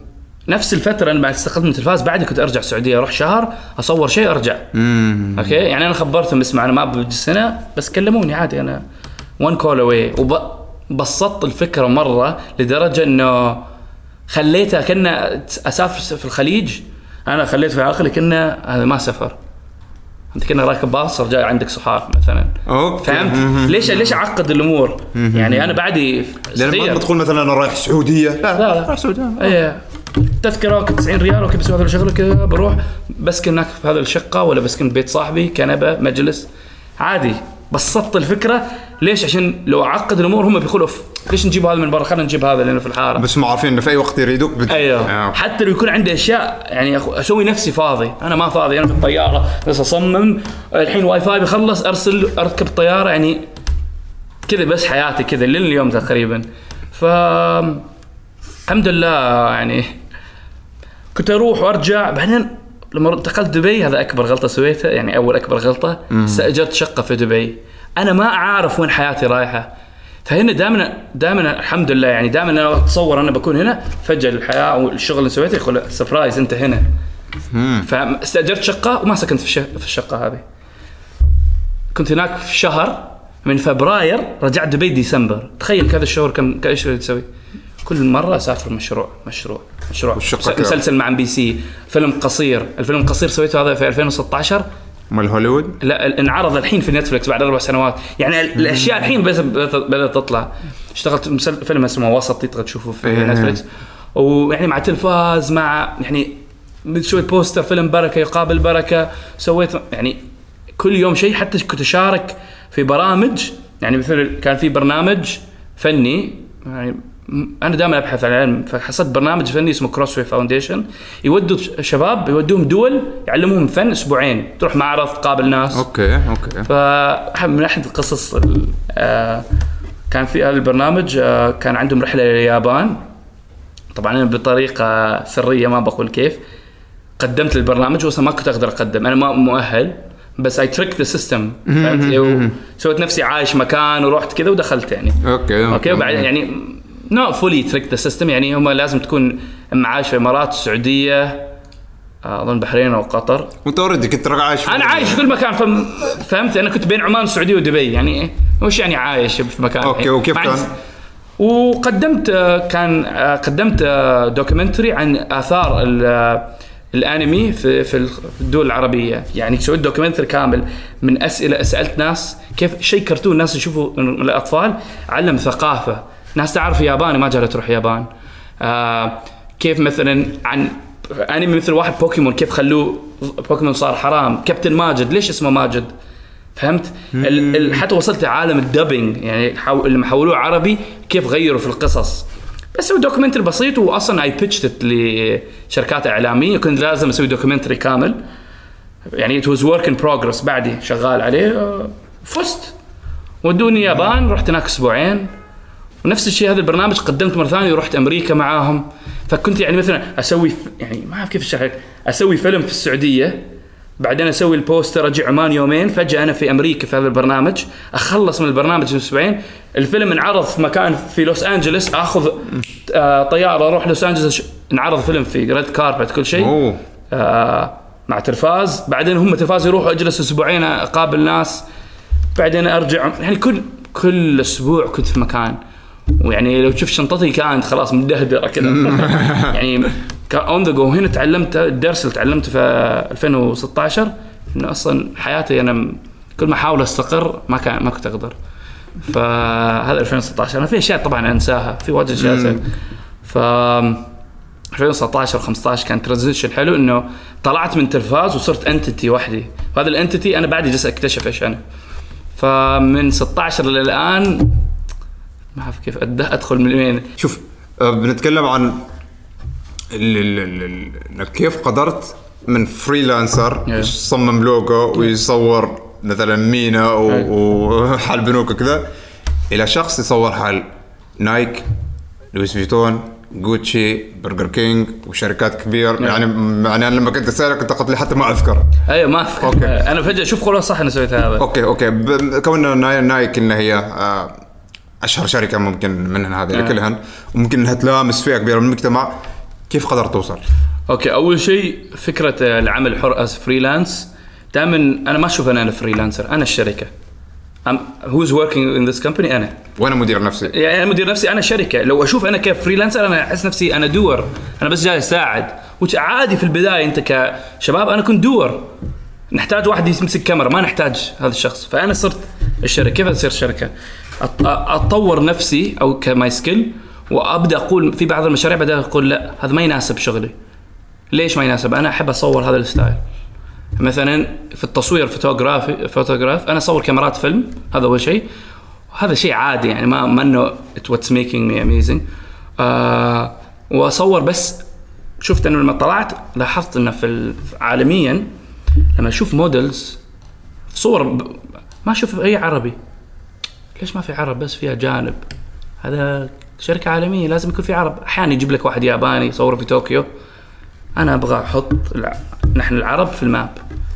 نفس الفتره انا بعد استقلت من التلفاز بعد كنت ارجع السعوديه اروح شهر اصور شيء ارجع. مم. اوكي يعني انا خبرتهم اسمع انا ما بجي السنه بس كلموني عادي انا وان كول اواي. وبسطت الفكره مره لدرجه انه خليتها كنا اسافر في الخليج انا خليت في عقلي كنا هذا ما سفر انت كنا راكب باص رجع عندك صحاب مثلا. أوكي. فهمت ليش ليش اعقد الامور؟ يعني انا بعدي لان ما تقول مثلا انا رايح السعوديه لا لا, لا. رايح السعوديه ايه تذكره تسعين ريال وكيف بسوي هذا الشغله كذا بروح بسكن هناك في هذا الشقه ولا بسكن بيت صاحبي كنبه مجلس عادي. بسطت الفكره ليش عشان لو اعقد الامور هم بيقولوا ليش نجيب هذا من برا خلينا نجيب هذا لانه في الحاره بس ما عارفين انه في اي وقت يريدوك بت... ايوه آه. حتى لو يكون عندي اشياء يعني اسوي نفسي فاضي انا ما فاضي انا في الطياره بس اصمم الحين واي فاي بيخلص ارسل اركب طياره يعني كذا بس حياتي كذا لليوم تقريبا. ف الحمد لله يعني كنت اروح وارجع. بعدين لما انتقلت دبي هذا اكبر غلطه سويتها يعني اول اكبر غلطه استاجرت شقه في دبي انا ما اعرف وين حياتي رايحه. فهنا دائما دائما الحمد لله يعني دائما انا اتصور انا بكون هنا فجاه الحياه والشغل اللي سويته يقول سربرايز انت هنا. فاستاجرت شقه وما سكنت في, في الشقه هذه. كنت هناك في شهر من فبراير رجعت دبي ديسمبر. تخيل كذا الشهور كم ايش تسوي كل مرة أسافر مشروع مشروع مشروع مسلسل مع ام بي سي فيلم قصير. الفيلم القصير سويته هذا في ألفين وستة عشر مال هوليوود لا انعرض الحين في نتفليكس بعد أربع سنوات يعني الأشياء الحين بس بدأت تطلع. اشتغلت فيلم اسمه وسط تقدر تشوفه في إيه. نتفليكس ويعني مع تلفاز مع يعني سويت بوستر فيلم بركة يقابل بركة سويت يعني كل يوم شيء. حتى كنت أشارك في برامج يعني مثل كان في برنامج فني يعني أنا دائما أبحث عن العلم فحصلت برنامج فني اسمه كروسوي فاونديشن يودوا شباب يودوهم دول يعلموهم فن أسبوعين تروح معرض تقابل ناس. أوكي أوكي. فمن أحد القصص آه كان في البرنامج آه كان عندهم رحلة لليابان طبعا أنا بطريقة سرية ما بقول كيف قدمت للبرنامج وأصلا ما كنت أقدر أقدم أنا ما مؤهل بس I tricked the system فهمت سويت نفسي عايش مكان ورحت كذا ودخلت يعني. أوكي أوكي وبعدين يعني no fully trick the system يعني هم لازم تكون عايش في الإمارات السعودية أظن بحرين أو قطر. وأنت أوريدي كنت عايش أنا عايش في كل مكان فم... فهمت أنا كنت بين عمان السعودية ودبي يعني وش يعني عايش في مكان. أوكي وكيف كان؟ وقدمت كان قدمت دوكيومنتري عن آثار الأنمي في في الدول العربية يعني سويت دوكيومنتري كامل من أسئلة سألت ناس كيف شيء كرتون الناس يشوفوا الأطفال علم ثقافة ناس تعرف ياباني ما جالت تروح يابان. آه كيف مثلا عن انمي مثل واحد بوكيمون كيف خلوه بوكيمون صار حرام. كابتن ماجد ليش اسمه ماجد فهمت ال ال حتى وصلت عالم الدبينج يعني حو اللي محولوه عربي كيف غيروا في القصص. بس هو دوكيومنتري بسيط واصلا اي بيتشت لشركات اعلاميه كنت لازم اسوي دوكيومنتري كامل يعني it was work in progress بعدي شغال عليه فزت ودوني يابان رحت هناك اسبوعين. ونفس الشيء هذا البرنامج قدمت مرة ثانية ورحت أمريكا معاهم. فكنت يعني مثلا أسوي يعني ما أعرف كيف أشرح أسوي فيلم في السعودية بعدين أسوي البوستر أجي عمان يومين فجأة أنا في أمريكا في هذا البرنامج أخلص من البرنامج من أسبوعين الفيلم انعرض في مكان في لوس أنجلس أخذ آه طيارة أروح لوس أنجلس انعرض فيلم في ريد كاربت كل شيء آه مع تلفاز. بعدين هم تلفاز يروحوا أجلس أسبوعين أقابل ناس بعدين أرجع يعني كل كل أسبوع كنت في مكان. ويعني لو تشوف شنطتي كانت خلاص مدهدرة كذا يعني كان اون ذا جو. هنا تعلمت الدرس اللي تعلمته في ألفين وستة عشر انه اصلا حياتي انا كل ما احاول استقر ما كان ما كنت اقدر. فهذا ألفين وستة عشر انا في اشياء طبعا انساها في واجد اشياء. ف ألفين وتسعة عشر وخمسة عشر كان ترانزيشن حلو انه طلعت من تلفاز وصرت انتيتي وحدي. وهذا الانتيتي انا بعدي جالس اكتشف ايش انا. فمن ستة عشر للان ما أعرف كيف أدخل من وين. شوف بنتكلم عن انك كيف قدرت من فريلانسر يصمم لوجو ويصور مثلا مينا وحال بنوك كذا الى شخص يصور حال نايك لويس فيتون غوتشي برجر كينج وشركات كبير. يعني يعني لما كنت اسالك كنت قلت لي حتى ما اذكر. ايوه ما اذكر. أوكي. انا فجاه شوف خلاص صح انا سويت هذا. اوكي اوكي كوننا نايك ان هي اشهر شركه ممكن منها هذه كلها وممكن انها تلامس فئه كبيره من المجتمع. كيف قدرت توصل؟ اوكي، اول شيء فكره العمل الحر از فريلانس. دائما انا ما اشوف انا انا فريلانسر، انا الشركه. I'm who's working in this company أنا. وأنا مدير نفسي. يعني أنا مدير نفسي، أنا شركة. لو أشوف أنا كفريلانسر أنا أحس نفسي أنا دور، أنا بس جاي أساعد. وعادي في البداية أنت كشباب أنا كنت دور، نحتاج واحد يمسك كاميرا، ما نحتاج هذا الشخص. فأنا صرت الشركة. كيف أصير شركة؟ أتطور نفسي أو كماي سكيل، وأبدأ أقول في بعض المشاريع بدأ أقول لا هذا ما يناسب شغلي. ليش ما يناسب؟ أنا أحب أصور هذا الستايل. مثلا في التصوير فوتوغرافي فوتوغراف انا اصور كاميرات فيلم، هذا اول شيء. هذا شيء عادي يعني ما ما انه what's making me amazing. آه واصور بس. شفت انه لما طلعت لاحظت انه في عالميا لما اشوف موديلز صور ب... ما اشوف اي عربي. ليش ما في عرب بس فيها جانب؟ هذا شركه عالميه لازم يكون في عرب. احيانا يجيب لك واحد ياباني يصور في طوكيو. انا ابغى احط الع... نحن العرب في الماب.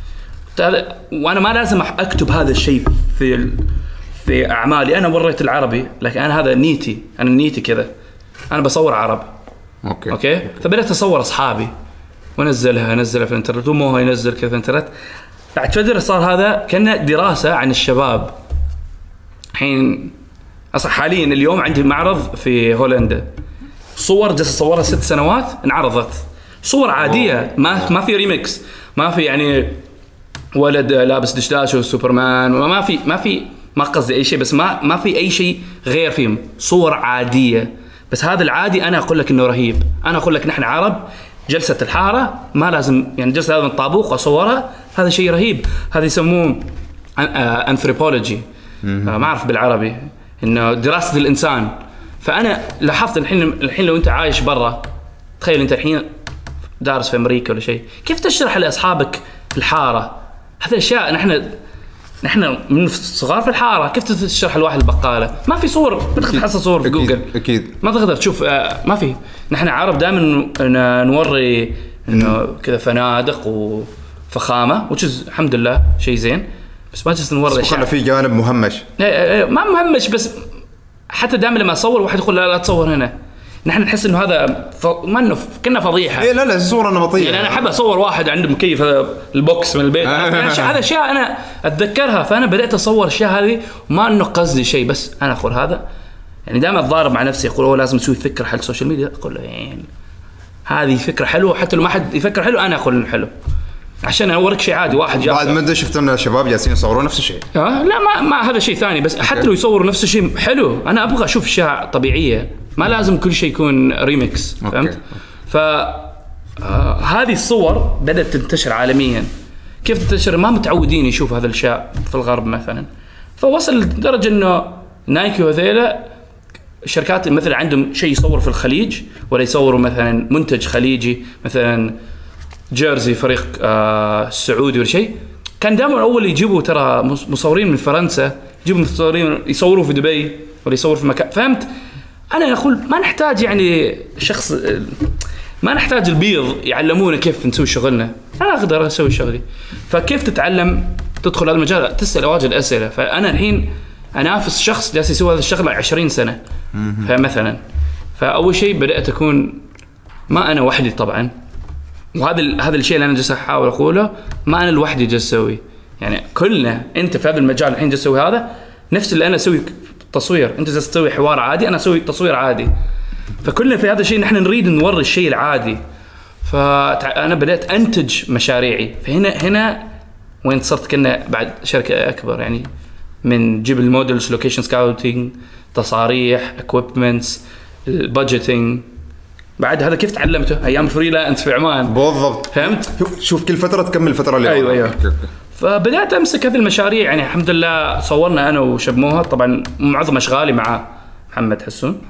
وانا ما لازم اكتب هذا الشيء في ال... في اعمالي. انا وريت العربي لكن انا هذا نيتي، انا نيتي كذا، انا بصور عرب. اوكي اوكي, أوكي. فبدأت اصور اصحابي وانزلها انزلها في الانترنت، ومو ينزل كذا في الانترنت. بعد فتره صار هذا كأنه دراسه عن الشباب. الحين اصلا حاليا اليوم عندي معرض في هولندا، صور جالس اصورها ست سنوات انعرضت، صور عاديه ما ما في ريميكس، ما في يعني ولد لابس دشداش وسوبرمان، ما في ما في ما قصدي اي شيء، بس ما ما في اي شيء غير فيهم، صور عاديه. بس هذا العادي انا اقول لك انه رهيب. انا اقول لك نحن عرب، جلسه الحاره ما لازم يعني جلسه هذا الطابوق واصورها، هذا شيء رهيب. هذا يسموه انثروبولوجي، ما اعرف بالعربي، انه دراسه الانسان. فانا لاحظت الحين الحين لو انت عايش برا، تخيل انت الحين دارس في امريكا ولا شيء، كيف تشرح لاصحابك الحاره هذه الاشياء؟ نحن نحن من صغار في الحاره، كيف تشرح الواحد البقاله؟ ما في صور، ما تقدر تحصل صور في أكيد جوجل اكيد ما تقدر تشوف. آه ما في. نحن عرب دائما نوري انه كذا فنادق وفخامه، وتشز الحمد لله شيء زين، بس ما جالس نوري اشياء في جانب مهمش. ما مهمش، بس حتى دائما لما اصور واحد يقول لا لا تصور هنا، نحن نحس انه هذا ف... ما انه كنا فضيحه. ايه لا لا صوره نمطيه. يعني انا احب اصور واحد عنده مكيف هذا البوكس من البيت، هذا اشياء انا اتذكرها. فانا بدات اصور اشياء هذه، وما انه قصدي شيء، بس انا اقول هذا يعني دائما اتضارب مع نفسي، اقول هو لازم اسوي فكره حل السوشيال ميديا، اقول له يعني هذه فكره حلوه، حتى لو ما حد يفكر حلو انا اقول انه حلو، عشان اوريك شيء عادي. واحد بعد ما شفت ان الشباب جالسين يصورون نفس الشيء. اه لا ما, ما هذا شيء ثاني، بس حتى لو يصوروا نفس الشيء حلو، انا ابغى اشوف اشياء طبيعيه، ما لازم كل شيء يكون ريميكس. فهمت؟ ف آه هذه الصور بدأت تنتشر عالميا. كيف تنتشر؟ ما متعودين يشوفوا هذا الاشياء في الغرب مثلا. فوصل لدرجه انه نايكي وذيلا الشركات مثلا عندهم شيء يصور في الخليج، ولا يصوروا مثلا منتج خليجي، مثلا جيرزي فريق آه السعودي ولا شيء، كان دائما اول يجيبوا ترى مصورين من فرنسا، يجيبوا مصورين يصوروا في دبي ولا يصوروا في مكان. فهمت؟ انا اقول ما نحتاج يعني شخص، ما نحتاج البيض يعلمونا كيف نسوي شغلنا، انا اقدر اسوي شغلي. فكيف تتعلم تدخل هذا المجال؟ تسال واجد اسئله. فانا الحين انافس شخص جالس يسوي هذا الشغل عشرين سنه فمثلا. فاول شيء بدات اكون ما انا وحدي طبعا، وهذا هذا الشيء اللي انا جالس احاول اقوله، ما انا لوحدي جالس اسوي، يعني كلنا انت في هذا المجال الحين جالس تسوي هذا نفس اللي انا اسوي تصوير، انت جالس تسوي حوار عادي، انا اسوي تصوير عادي. فكلنا في هذا الشيء نحن نريد نوري الشيء العادي. فانا بدات انتج مشاريعي. فهنا هنا وين صرت كنا بعد شركه اكبر، يعني من جيب المودلز، لوكيشن سكاوتينج، تصاريح، اكويبمنتس، بادجيتنج. بعد هذا كيف تعلمته؟ ايام فريلانس في عمان. بالضبط. فهمت؟ شوف كل فتره تكمل الفتره اللي ايوه ايوه. فبدات امسك هذه المشاريع، يعني الحمد لله صورنا انا وشبموها، طبعا معظم اشغالي مع محمد حسون.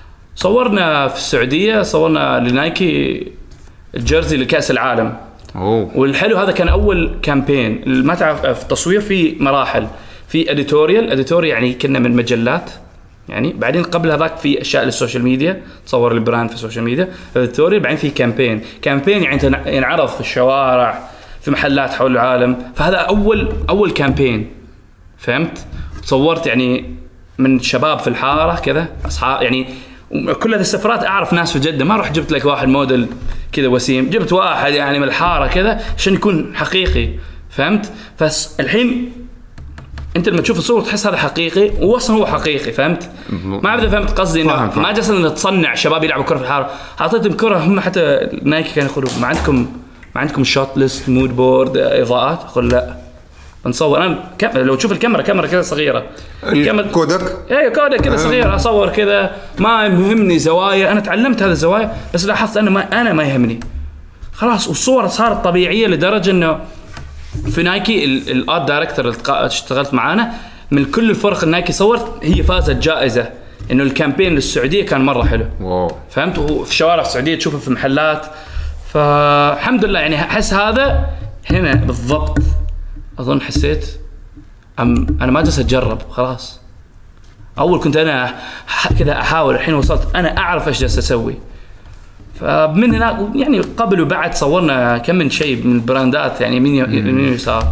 صورنا في السعوديه، صورنا لنايكي الجيرزي لكاس العالم. اوه. والحلو هذا كان اول كامبين. ما تعرف في التصوير في مراحل، في اديتوريال، اديتوريال يعني كنا من مجلات، يعني بعدين قبل هذاك في اشياء للسوشيال ميديا، تصور البراند في السوشيال ميديا، اديتوريال، بعدين في كامبين. كامبين يعني ينعرض في الشوارع، في محلات حول العالم. فهذا اول اول كامبين. فهمت؟ صورت يعني من شباب في الحاره كذا اصحاب، يعني كل هذه السفرات اعرف ناس في جده، ما اروح جبت لك واحد موديل كذا وسيم، جبت واحد يعني من الحاره كذا عشان يكون حقيقي، فهمت؟ فالحين انت لما تشوف الصور تحس هذا حقيقي واصلا هو حقيقي، فهمت؟ ما اعرف فهمت قصدي انه ما جالس نتصنع شباب يلعبوا كره في الحاره، اعطيتهم كره هم حتى نايكي كانوا يقولوا ما عندكم ما عندكم شوت ليست مود بورد اضاءات؟ اقول لا بنصور. انا كم... لو تشوف الكاميرا كاميرا كذا صغيره، الكاميرا كودك ايه كودك كذا صغير، اصور كذا ما يهمني زوايا، انا تعلمت هذا الزوايا بس لاحظت انه ما انا ما يهمني خلاص. والصور صارت طبيعيه لدرجه انه في نايكي الارت دايركتور اللي اشتغلت معانا من كل الفرق النايكي صورت هي فازت جائزه انه الكامبين للسعوديه كان مره حلو. واو. فهمت؟ وفي شوارع السعوديه تشوفه في محلات، فالحمد لله يعني احس هذا هنا بالضبط. اظن حسيت أم انا ما جالس اجرب خلاص. اول كنت انا كذا احاول، الحين وصلت انا اعرف ايش جالس اسوي. فمن هنا يعني قبل وبعد صورنا كم من شيء من البراندات يعني من يمين يسار،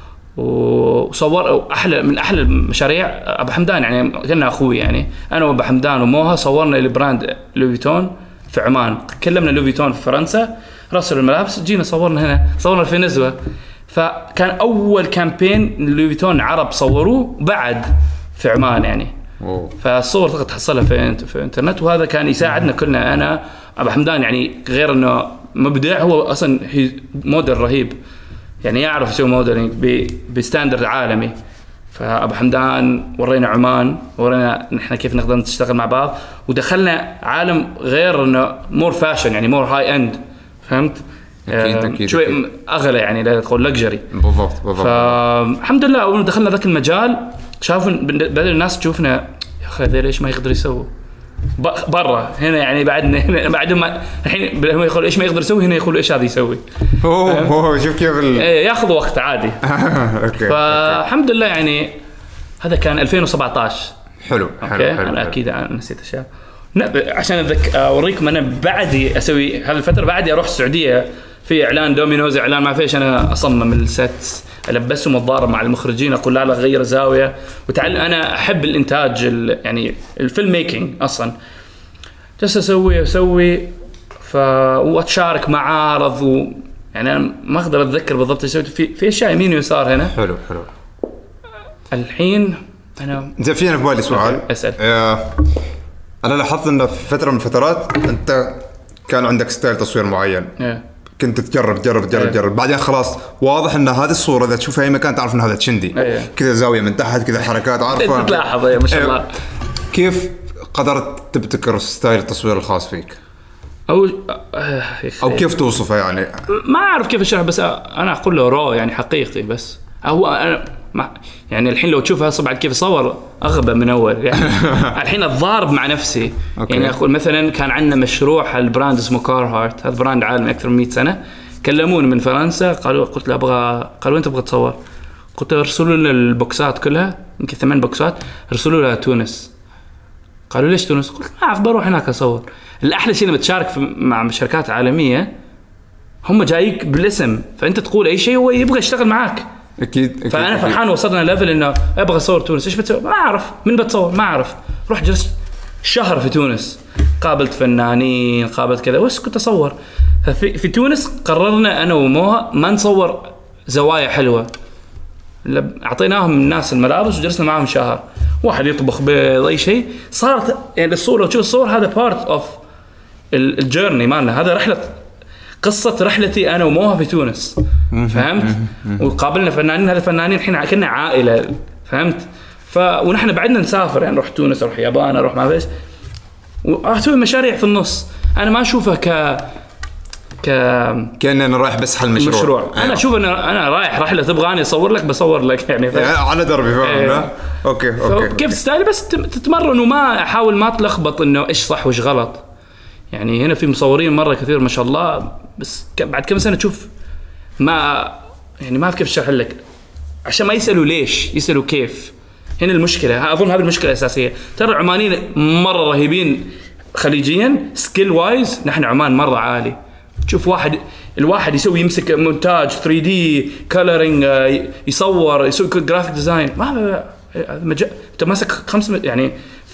وصور احلى من احلى المشاريع ابو حمدان يعني كنا اخوي يعني انا وابو حمدان وموها صورنا البراند لوفيتون في عمان، كلمنا لوفيتون في فرنسا رسلوا الملابس جينا صورنا هنا، صورنا في نزوه. فكان اول كامبين لوفيتون عرب صوروه بعد في عمان يعني. أوه. فالصور تقدر تحصلها في في الانترنت، وهذا كان يساعدنا كلنا. انا ابو حمدان يعني غير انه مبدع، هو اصلا موديل رهيب يعني يعرف يسوي موديلينج بستاندرد عالمي. فابو حمدان ورينا عمان، ورينا نحن كيف نقدر نشتغل مع بعض، ودخلنا عالم غير انه مور فاشن يعني مور هاي اند، فهمت؟ أكيد أكيد شوي أكيد. اغلى يعني لا تقول لكجري. بالضبط بالضبط. فالحمد لله اول ما دخلنا ذاك المجال شافوا بدل الناس تشوفنا يا اخي ذي ليش ما يقدر يسوي برا هنا يعني بعدنا هنا بعد ما الحين هم يقولوا ايش ما يقدر يسوي، هنا يقولوا ايش هذا يسوي. اوه اوه شوف كيف ال... ياخذ وقت عادي. اوكي. فالحمد لله يعني هذا كان ألفين وسبعطعش. حلو حلو حلو. انا حلو. اكيد انا نسيت اشياء عشان أذك اوريكم. انا بعدي اسوي هالفتره بعدي اروح السعوديه في اعلان دومينوز، اعلان ما فيش، انا اصمم السيتس البسهم واتضارب مع المخرجين، اقول لا لا غير زاويه وتعلم. انا احب الانتاج يعني الفيلم ميكينج اصلا، جالس اسوي اسوي ف واتشارك معارض و... يعني انا ما اقدر اتذكر بالضبط ايش سويت في في اشياء يمين ويسار هنا. حلو حلو. الحين انا زين في انا في بالي سؤال اسال. آه انا لاحظت انه في فتره من الفترات انت كان عندك ستايل تصوير معين. yeah. كنت تجرب تجرب تجرب تجرب yeah. بعدين خلاص واضح ان هذه الصوره اذا تشوفها اي مكان تعرف ان هذا تشندي. yeah. كذا زاويه من تحت كذا حركات عارفه تلاحظ ما شاء الله. كيف قدرت تبتكر ستايل التصوير الخاص فيك او او كيف توصفه؟ يعني ما اعرف كيف اشرح، بس انا اقول له رو يعني حقيقي. بس هو انا يعني الحين لو تشوفها صبعا كيف صور اغبى من اول يعني. الحين اتضارب مع نفسي. أوكي. يعني اقول مثلا كان عندنا مشروع البراند اسمه كارهارت، هذا براند عالمي اكثر من مئة سنه. كلموني من فرنسا قالوا قلت له ابغى، قالوا انت تبغى تصور؟ قلت له ارسلوا لنا البوكسات كلها يمكن ثمان بوكسات ارسلوا لها تونس. قالوا ليش تونس؟ قلت ما اعرف بروح هناك اصور. الاحلى شيء لما تشارك مع شركات عالميه هم جايك بالاسم، فانت تقول اي شيء هو يبغى يشتغل معاك. أكيد, أكيد فأنا أكيد. فرحان وصلنا ليفل إنه أبغى أصور تونس. إيش بتسوي؟ ما أعرف. من بتصور؟ ما أعرف. روح جلست شهر في تونس، قابلت فنانين، قابلت كذا، بس كنت أصور. ففي في تونس قررنا أنا وموها ما نصور زوايا حلوة، أعطيناهم الناس الملابس وجلسنا معهم شهر، واحد يطبخ بيض أي شيء. صارت يعني الصورة لو تشوف الصور هذا part of الجيرني مالنا، هذا رحلة قصة رحلتي أنا وموها في تونس. فهمت؟ وقابلنا فنانين، هذا فنانين الحين كنا عائلة. فهمت؟ ف ونحن بعدنا نسافر يعني نروح تونس، نروح يابان، نروح ما فيش، وأسوي مشاريع في النص. أنا ما أشوفها ك ك كأن أنا رايح بس حل مشروع. مشروع. أنا أشوف أن أنا رايح رحلة تبغاني أصور لك بصور لك يعني, يعني على دربي. فاهم؟ ايه. أوكي أوكي. كيف ستايل بس تتمرن وما أحاول ما تلخبط إنه إيش صح وإيش غلط. يعني هنا في مصورين مرة كثير ما شاء الله، بس بعد كم سنة تشوف ما يعني ما في كيف أشرح لك، عشان ما يسألوا ليش، يسألوا كيف. هنا المشكلة، أظن هذه المشكلة الأساسية. ترى العمانيين مرة رهيبين خليجيا سكيل وايز، نحن عمان مرة عالي. تشوف واحد الواحد يسوي يمسك مونتاج ثري دي كولرينج، يصور، يسوي جرافيك ديزاين، ما مجال. انت ماسك خمس يعني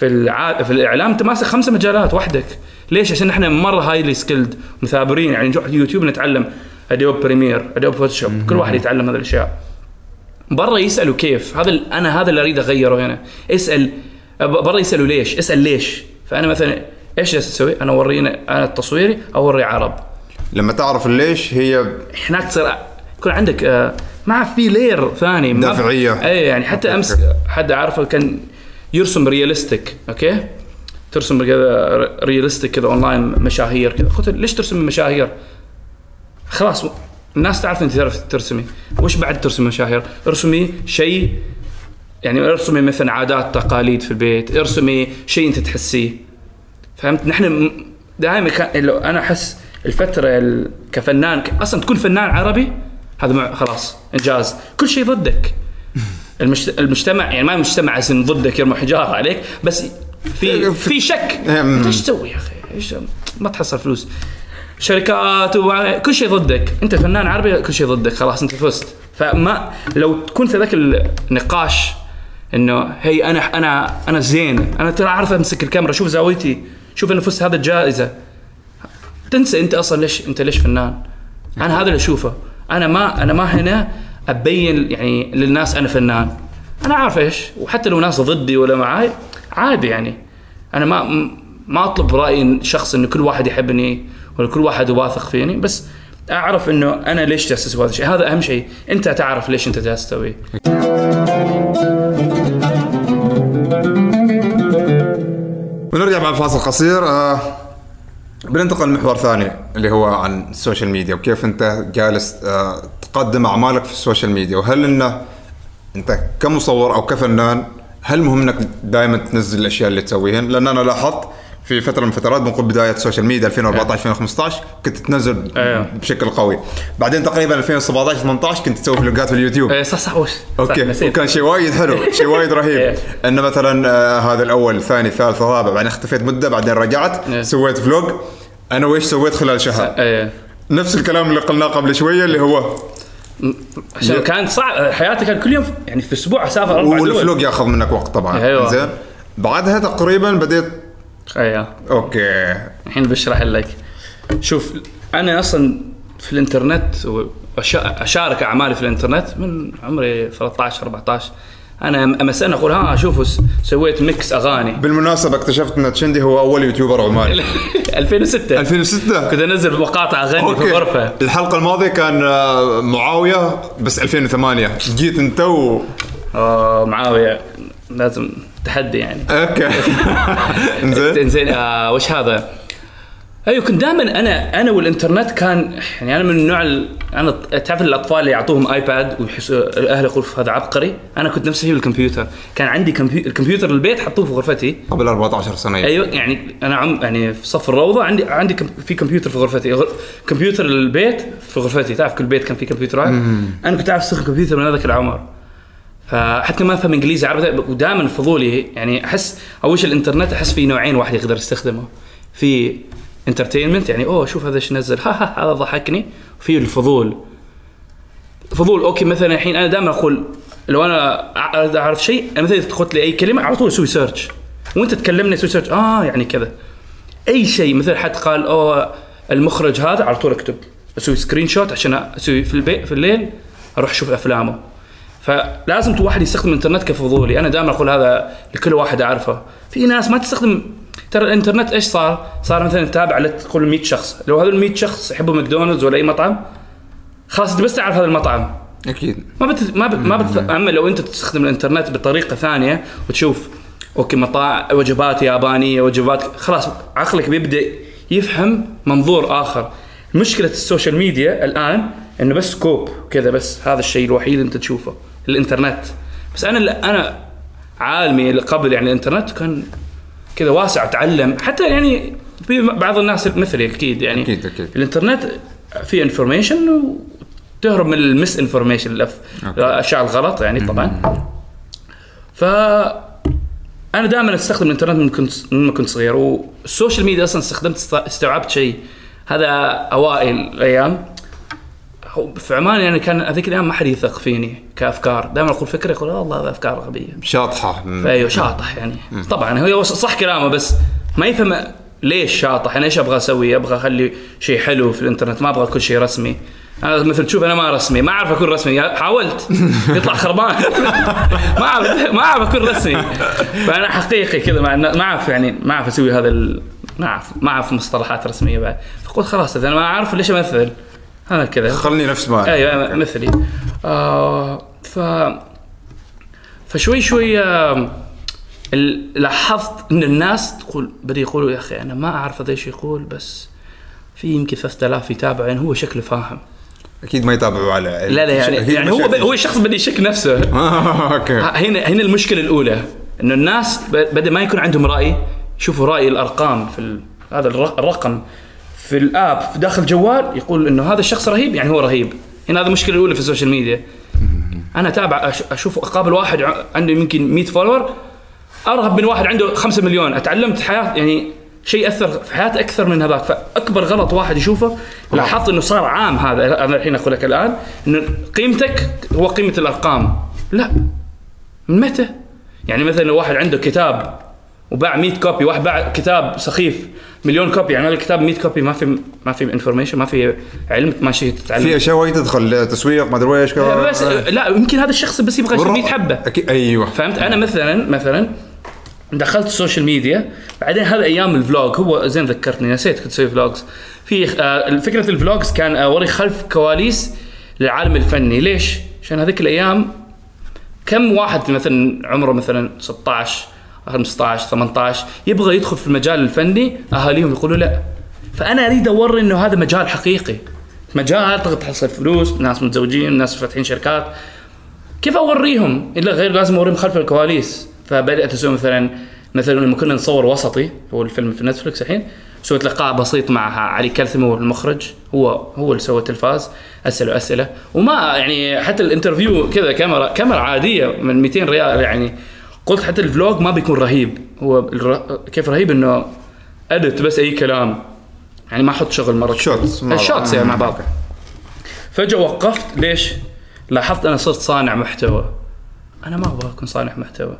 في الع... في الاعلام انت ماسك خمسه مجالات وحدك. ليش؟ عشان احنا مره هايلي سكيلد مثابرين، يعني نروح اليوتيوب نتعلم ادوب بريمير ادوب فوتوشوب، كل واحد يتعلم هذه الاشياء. برا يسالوا كيف، هذا انا هذا اللي اريد اغيره هنا. اسال برا يسالوا ليش، اسال ليش. فانا مثلا ايش جالس اسوي؟ انا اورينا انا التصويري اوري عرب. لما تعرف ليش هي هناك تصير يكون عندك آه ما في لير ثاني دافعيه. اي يعني حتى امس حد اعرفه كان يرسم رياليستيك، اوكي ترسم كذا رياليستيك كذا اونلاين مشاهير كذا. قلت ليش ترسم مشاهير؟ خلاص الناس تعرف انت تعرف ترسمي، وش بعد ترسمي مشاهير؟ ارسمي شيء يعني ارسمي مثلا عادات تقاليد في البيت، ارسمي شيء انت تحسيه. فهمت؟ نحن دائما كان لو انا احس الفتره كفنان اصلا تكون فنان عربي هذا خلاص انجاز. كل شيء ضدك. المجتمع يعني ما المجتمع عشان ضدك يرموا حجاره عليك، بس في في شك. انت ايش تسوي يا اخي؟ ايش ما تحصل فلوس، شركات وكل شيء ضدك. انت فنان عربي كل شيء ضدك، خلاص انت فزت. فما لو تكون في ذاك النقاش انه هي انا انا انا زين، انا ترى اعرف امسك الكاميرا، شوف زاويتي، شوف انا فزت هذا الجائزه، تنسى انت اصلا ليش انت ليش فنان. انا هذا اللي اشوفه. انا ما انا ما هنا ابين يعني للناس انا فنان. انا عارف ايش، وحتى لو ناس ضدي ولا معاي عادي يعني. انا ما ما اطلب راي شخص انه كل واحد يحبني ولا كل واحد واثق فيني، بس اعرف انه انا ليش جالس اسوي هذا الشيء. هذا اهم شيء، انت تعرف ليش انت جالس تسوي. ونرجع بعد فاصل قصير. آه بننتقل لمحور ثاني اللي هو عن السوشيال ميديا وكيف انت جالس آه تقدم اعمالك في السوشيال ميديا. وهل انه انت كمصور او كفنان هل مهم انك دائما تنزل الاشياء اللي تسويهن؟ لان انا لاحظت في فتره من فترات بنقول بدايه السوشيال ميديا ألفين وأربعة عشر ألفين وخمسة عشر كنت تنزل أيوه. بشكل قوي. بعدين تقريبا ألفين وسبعة عشر ثمانية عشر كنت تسوي فلوجات في اليوتيوب. اي صح صح وش اوكي وكان شيء وايد حلو شيء وايد رهيب. انه مثلا آه هذا الاول الثاني الثالث الرابع، بعدين اختفيت مده، بعدين رجعت أيه. سويت فلوج انا ويش سويت خلال شهر. أيه. نفس الكلام اللي قلناه قبل شويه اللي هو عشان كانت صعب حياتي، كان كل يوم يعني في اسبوع اسافر اربع دول، والفلوج ياخذ منك وقت طبعا. أيوة. زين بعدها تقريبا بديت ايوه اوكي الحين بشرح لك. شوف انا اصلا في الانترنت واشارك اعمالي في الانترنت من عمري ثلاثة عشر أربعة عشر. انا امسنا اقول ها اشوفوا سويت ميكس اغاني. بالمناسبه اكتشفت ان تشندي هو اول يوتيوبر عماني. ألفين وستة ألفين وستة كنت انزل مقاطع اغاني أوكي. في الغرفه. الحلقه الماضيه كان معاويه بس ألفين وثمانية جيت انت و اه معاويه لازم تحدي يعني. اوكي انزين انزين آه وش هذا. ايوه كنت دائما انا انا والانترنت كان يعني انا من النوع ال... انا تعرف الاطفال اللي يعطوهم ايباد ويحسوا الاهل يقول هذا عبقري. انا كنت نفس الشيء بالكمبيوتر. كان عندي كمبي... الكمبيوتر البيت حطوه في غرفتي قبل أربعة عشر سنه. ايوه يعني انا عم يعني في صف الروضه عندي عندي كم... في كمبيوتر في غرفتي. غر... كمبيوتر البيت في غرفتي. تعرف كل بيت كان فيه كمبيوتر. انا كنت اعرف استخدم كمبيوتر من هذاك العمر. فحتى ما افهم انجليزي عربي ودائما فضولي يعني. احس اول الانترنت احس في نوعين واحد يقدر يستخدمه. في انترتينمنت يعني اوه شوف هذا ايش نزل ها ها هذا ضحكني. وفي الفضول فضول اوكي مثلا الحين انا دائما اقول لو انا اعرف شيء انا مثلا تخط لي اي كلمه على طول اسوي سيرش وانت تكلمني اسوي سيرش اه يعني كذا اي شيء. مثلا حد قال اوه المخرج هذا على طول اكتب اسوي سكرين شوت عشان اسوي في البيت في الليل اروح اشوف افلامه. فلازم واحد يستخدم الانترنت كفضولي. انا دائما اقول هذا لكل واحد اعرفه. في ناس ما تستخدم. ترى الانترنت ايش صار صار مثلا تتابع على تقول مية شخص. لو هذول مية شخص يحبوا ماكدونالدز ولا اي مطعم خلاص انت بس تعرف هذا المطعم اكيد. ما بت... ما بت... ما بت... اما لو انت تستخدم الانترنت بطريقه ثانيه وتشوف اوكي مطاعم وجبات يابانيه وجبات خلاص عقلك بيبدا يفهم منظور اخر. مشكله السوشيال ميديا الان انه بس كوب كذا بس هذا الشيء الوحيد اللي انت تشوفه الانترنت. بس انا انا عالمي اللي قبل يعني الانترنت كان كذا واسع اتعلم حتى يعني في بعض الناس مثلي اكيد يعني أكيد أكيد. الانترنت فيه انفورميشن وتهرب من المس انفورميشن الاشياء الغلط يعني طبعا. ف انا دائما استخدم الانترنت من كنت من كنت صغير. والسوشيال ميديا اصلا استخدمت استوعبت شيء هذا اوائل الايام هو في عمان يعني كان هذيك الايام ما حد يثق فيني كافكار، دائما اقول فكره يقول والله هذا افكار غبيه شاطحه. ايوه شاطح يعني. طبعا هو صح كلامه بس ما يفهم ليش شاطح. انا ايش ابغى اسوي؟ ابغى اخلي شيء حلو في الانترنت، ما ابغى كل شيء رسمي. انا مثل تشوف انا ما رسمي، ما اعرف اكون رسمي، حاولت يطلع خربان ما اعرف ما اعرف اكون رسمي. فانا حقيقي كذا ما اعرف يعني ما اعرف اسوي هذا ال... ما اعرف ما اعرف مصطلحات رسميه بعد. فقلت خلاص اذا انا ما اعرف ليش امثل هذا كذا، خلني نفس ما ايوه مثلي. آه ف فشوي شوي آه لاحظت ان الناس تقول بدي يقولوا يا اخي انا ما اعرف هذا ايش يقول، بس في يمكن ثلاثة آلاف يتابع يعني هو شكله فاهم. اكيد ما يتابعوا على لا لا يعني, يعني هو ب... هو الشخص بده يشك نفسه. آه، اوكي. هنا هنا المشكله الاولى انه الناس بدا ما يكون عندهم راي، يشوفوا راي الارقام في ال... هذا الرقم في الاب في داخل جوال يقول انه هذا الشخص رهيب يعني هو رهيب. هنا هذا المشكله الاولى في السوشيال ميديا. انا اتابع اشوف اقابل واحد عنده يمكن مية فولور ارهب من واحد عنده خمسة مليون. اتعلمت حياه يعني شيء اثر في حياتي اكثر من هذاك. فاكبر غلط واحد يشوفه لاحظت انه صار عام هذا. انا الحين اقول لك الان انه قيمتك هو قيمه الارقام. لا من متى يعني مثلا لو واحد عنده كتاب وباع مية كوبي، واحد باع كتاب سخيف مليون كوبي، يعني هذا الكتاب مية كوبي ما في ما في انفورميشن، ما في علم، ما شيء تتعلم، في اشياء وايد تدخل تسويق ما ادري ايش بس. لا يمكن هذا الشخص بس يبغى مية حبه. ايوه فهمت. انا مثلا مثلا دخلت السوشيال ميديا بعدين هذا ايام الفلوج. هو زين ذكرتني نسيت كنت اسوي فلوجز. في آه فكره الفلوجز كان اوري خلف كواليس للعالم الفني. ليش؟ عشان هذيك الايام كم واحد مثلا عمره مثلا ستة عشر خمسة عشر ثمانية عشر يبغى يدخل في المجال الفني، اهاليهم يقولوا لا. فانا اريد اوري انه هذا مجال حقيقي، مجال تقدر تحصل فلوس، ناس متزوجين، ناس فاتحين شركات. كيف اوريهم الا غير لازم اوريهم خلف الكواليس. فبدات اسوي مثلا مثلا لما كنا نصور وسطي، هو الفيلم في نتفلكس الحين، سويت لقاء بسيط مع علي كلثمي والمخرج، هو هو اللي سوى التلفاز، اساله اسئله وما يعني حتى الانترفيو كذا كاميرا كاميرا عاديه من مئتين ريال يعني. قلت حتى الفلوج ما بيكون رهيب. هو كيف رهيب انه ادت بس اي كلام يعني ما احط شغل مره شوتس الشوتس يعني مع بعض. فجأة وقفت. ليش؟ لاحظت انا صرت صانع محتوى. انا ما ابغى اكون صانع محتوى.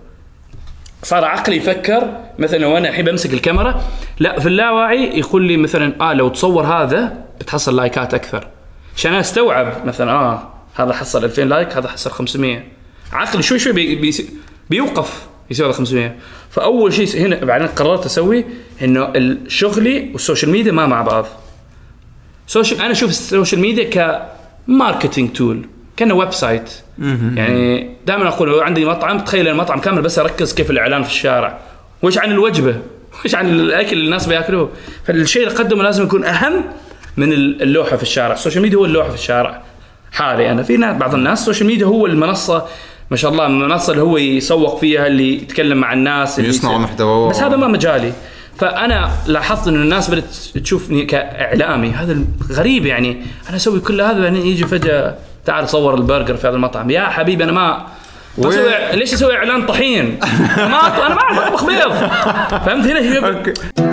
صار عقلي يفكر مثلا وانا الحين بمسك الكاميرا، لا في اللاواعي يقول لي مثلا اه لو تصور هذا بتحصل لايكات اكثر، عشان انا استوعب مثلا اه هذا حصل ألفين لايك، هذا حصل خمسمية. عقلي شوي شوي بي بي بيوقف يسوي هذا خمسمية. فاول شيء هنا بعدين قررت اسوي انه الشغلي والسوشيال ميديا ما مع بعض. سوشيال انا اشوف السوشيال ميديا كماركتينج تول، كأنه ويب سايت. يعني دائما اقول عندي مطعم، تخيل المطعم كامل بس اركز كيف الاعلان في الشارع، وش عن الوجبه، وش عن الاكل اللي الناس بياكلوه. فالشيء اللي قدمه لازم يكون اهم من اللوحه في الشارع. السوشيال ميديا هو اللوحه في الشارع حالي انا. في ناس بعض الناس السوشيال ميديا هو المنصه ما شاء الله، المنصه اللي هو يسوق فيها، اللي يتكلم مع الناس، اللي يصنع محتوى، بس هذا ما مجالي. فانا لاحظت انه الناس بدات تشوفني كاعلامي. هذا غريب يعني، انا اسوي كل هذا يعني يجي فجاه تعال صور البرجر في هذا المطعم. يا حبيبي انا ما اسوي، ليش اسوي اعلان طحين؟ ما انا ما اعرف اطبخ بيض. فهمت هنا هي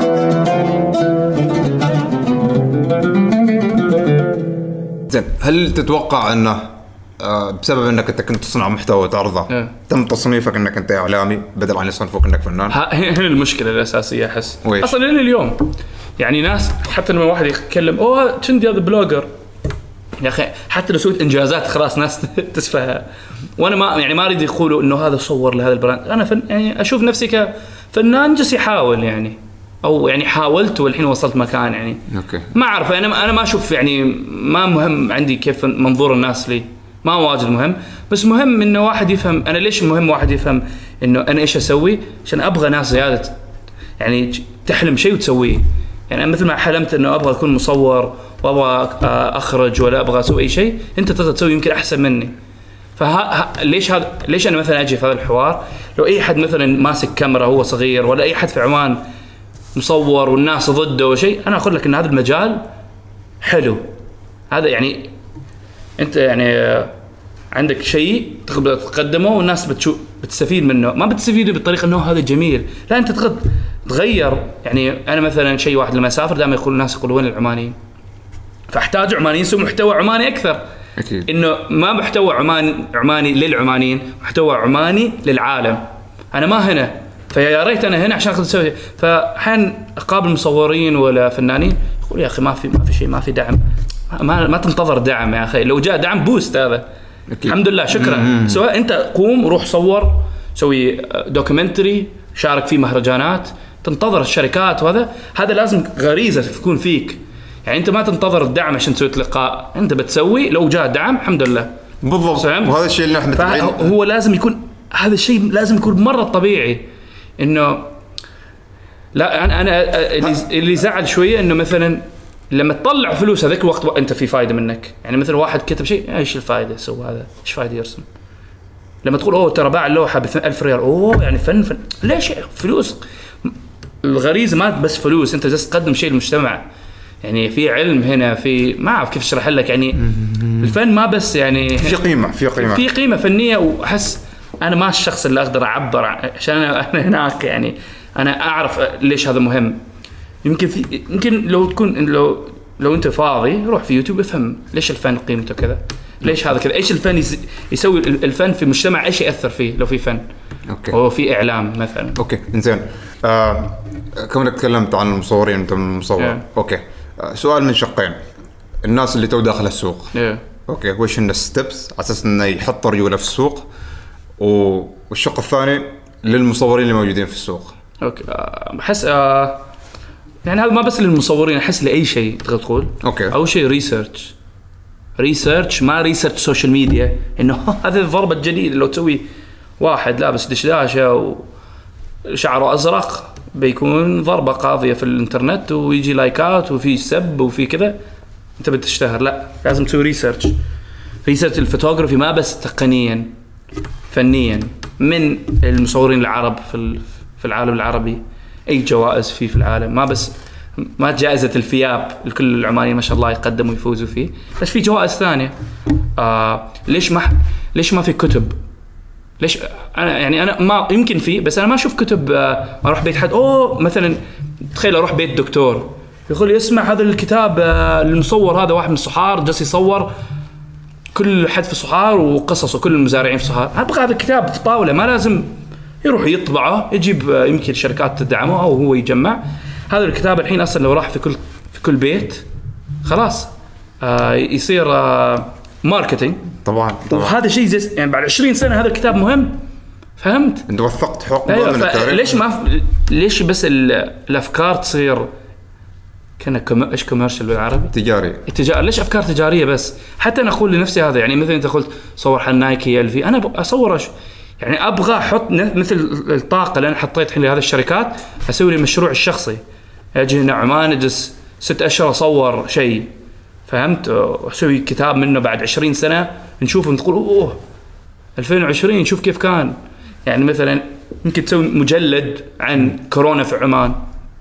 زين. هل تتوقع انه آه بسبب انك انت كنت تصنع محتوى وتعرضه اه. تم تصنيفك انك انت اعلامي بدل عن يصنفوك انك فنان؟ هنا المشكله الاساسيه احس اصلا لين اليوم. يعني ناس حتى لما واحد يتكلم اوه تشندي هذا بلوجر، يا اخي حتى لو سويت انجازات خلاص ناس تسفها. وانا ما يعني ما اريد يقولوا انه هذا صور لهذا البراند. انا فن يعني اشوف نفسي كفنان جالس يحاول يعني، او يعني حاولت والحين وصلت مكان يعني. اوكي ما اعرف انا انا ما اشوف يعني ما مهم عندي كيف منظور الناس لي، ما واجد مهم. بس مهم انه واحد يفهم انا ليش مهم واحد يفهم انه انا ايش اسوي، عشان ابغى ناس زياده يعني تحلم شيء وتسويه. يعني مثل ما حلمت انه ابغى اكون مصور وابغى اخرج ولا ابغى اسوي اي شيء، انت تقدر تسوي يمكن احسن مني. فها ليش هذا ليش انا مثلا اجي في هذا الحوار؟ لو اي حد مثلا ماسك كاميرا هو صغير، ولا اي حد في عمان مصور والناس ضده او شيء، انا اقول لك ان هذا المجال حلو. هذا يعني انت يعني عندك شيء تقدر تقدمه والناس بتشوف بتستفيد منه. ما بتستفيد بالطريقه انه هذا جميل، لا انت تقدر تغير. يعني انا مثلا شيء واحد لما اسافر دائما يقول الناس يقولون وين العمانيين؟ فاحتاج عمانيين يسووا محتوى عماني اكثر. اكيد انه ما محتوى عماني عماني للعمانيين، محتوى عماني للعالم. انا ما هنا، فيا ريت انا هنا عشان اسوي. فحين اقابل مصورين ولا فنانين يقول يا اخي ما في ما في شيء، ما في دعم، ما ما تنتظر دعم يا اخي. لو جاء دعم بوست هذا أكيد. الحمد لله شكرا. سواء انت قوم روح صور، سوي دوكيومنتري، شارك في مهرجانات، تنتظر الشركات. وهذا هذا لازم غريزه تكون فيك. يعني انت ما تنتظر الدعم عشان تسوي لقاء، انت بتسوي لو جاء دعم الحمد لله. بالضبط. وهذا الشيء اللي احنا متابعين. هو لازم يكون هذا الشيء لازم يكون مره طبيعي. انه لا انا انا اللي زعل شويه انه مثلا لما تطلع فلوس هذاك الوقت انت في فايده منك. يعني مثلا واحد كتب شيء، ايش الفائده سوى هذا؟ ايش فايده يرسم؟ لما تقول اوه ترى باع اللوحه ب ألف ريال، اوه يعني فن فن ليش فلوس؟ الغريزه ما بس فلوس، انت جالس تقدم شيء للمجتمع. يعني في علم هنا، في ما اعرف كيف اشرح لك. يعني الفن ما بس يعني في قيمه في قيمه في قيمه فنيه. واحس انا ما الشخص اللي اقدر اعبر عشان انا هناك. يعني انا اعرف ليش هذا مهم. يمكن في يمكن لو تكون لو لو انت فاضي روح في يوتيوب افهم ليش الفن قيمته كذا، ليش هذا كذا، ايش الفن يسوي الفن في المجتمع، ايش ياثر فيه لو في فن. اوكي. او في اعلام مثلا. اوكي انزين. آه كونك تكلمت عن المصورين، انت المصور. yeah. اوكي. آه سؤال من شقين. الناس اللي تو داخل السوق. yeah. اوكي وش ان الستبس على اساس انه يحط رجوله في السوق، والشق الثاني للمصورين اللي موجودين في السوق. اوكي بحس آه يعني هذا ما بس للمصورين، احس لاي شيء تقدر تقول. اوكي. اول شيء ريسيرش ريسيرش ما ريسيرش سوشيال ميديا. انه هذه الضربه الجديده لو تسوي واحد لابس دشداشه وشعره ازرق بيكون ضربه قاضيه في الانترنت ويجي لايكات وفي سب وفي كذا انت بتشتهر. لا لازم تسوي ريسيرش. ريسيرش الفوتوغرافي ما بس تقنيا فنيا من المصورين العرب في في العالم العربي. اي جوائز فيه في العالم، ما بس ما جائزة الفياب الكل العمانيين ما شاء الله يقدموا ويفوزوا فيه، بس في جوائز ثانية. آه ليش ما ليش ما في كتب؟ ليش انا يعني انا ما يمكن في، بس انا ما اشوف كتب. آه ما اروح بيت حد اوه مثلا تخيل اروح بيت دكتور يقول لي اسمع هذا الكتاب آه المصور هذا واحد من الصحار جالس يصور كل حد في الصحار وقصصه كل المزارعين في الصحار. ابغى هذا الكتاب في طاولة، ما لازم يروح يطبعه، يجيب يمكن شركات تدعمه او هو يجمع. هذا الكتاب الحين اصلا لو راح في كل في كل بيت خلاص آه يصير آه ماركتينج. طبعا طبعا. وهذا شيء زي يعني بعد عشرين سنه هذا الكتاب مهم. فهمت؟ انت وثقت حقوق أيوة. من التاريخ. ليش ما ليش بس الافكار تصير كنا كم... ايش كوميرشال بالعربي؟ تجاري. التجار ليش افكار تجاريه بس؟ حتى انا اقول لنفسي هذا. يعني مثلا انت قلت صور حل نايكي الفي، انا اصور يعني ابغى احط مثل الطاقه اللي انا حطيت الحين لهذه الشركات اسوي لي مشروع الشخصي. اجي هنا عمان اجلس ست اشهر اصور شيء، فهمت؟ واسوي كتاب منه بعد عشرين سنه نشوفه نقول اوه ألفين وعشرين نشوف كيف كان. يعني مثلا ممكن تسوي مجلد عن كورونا في عمان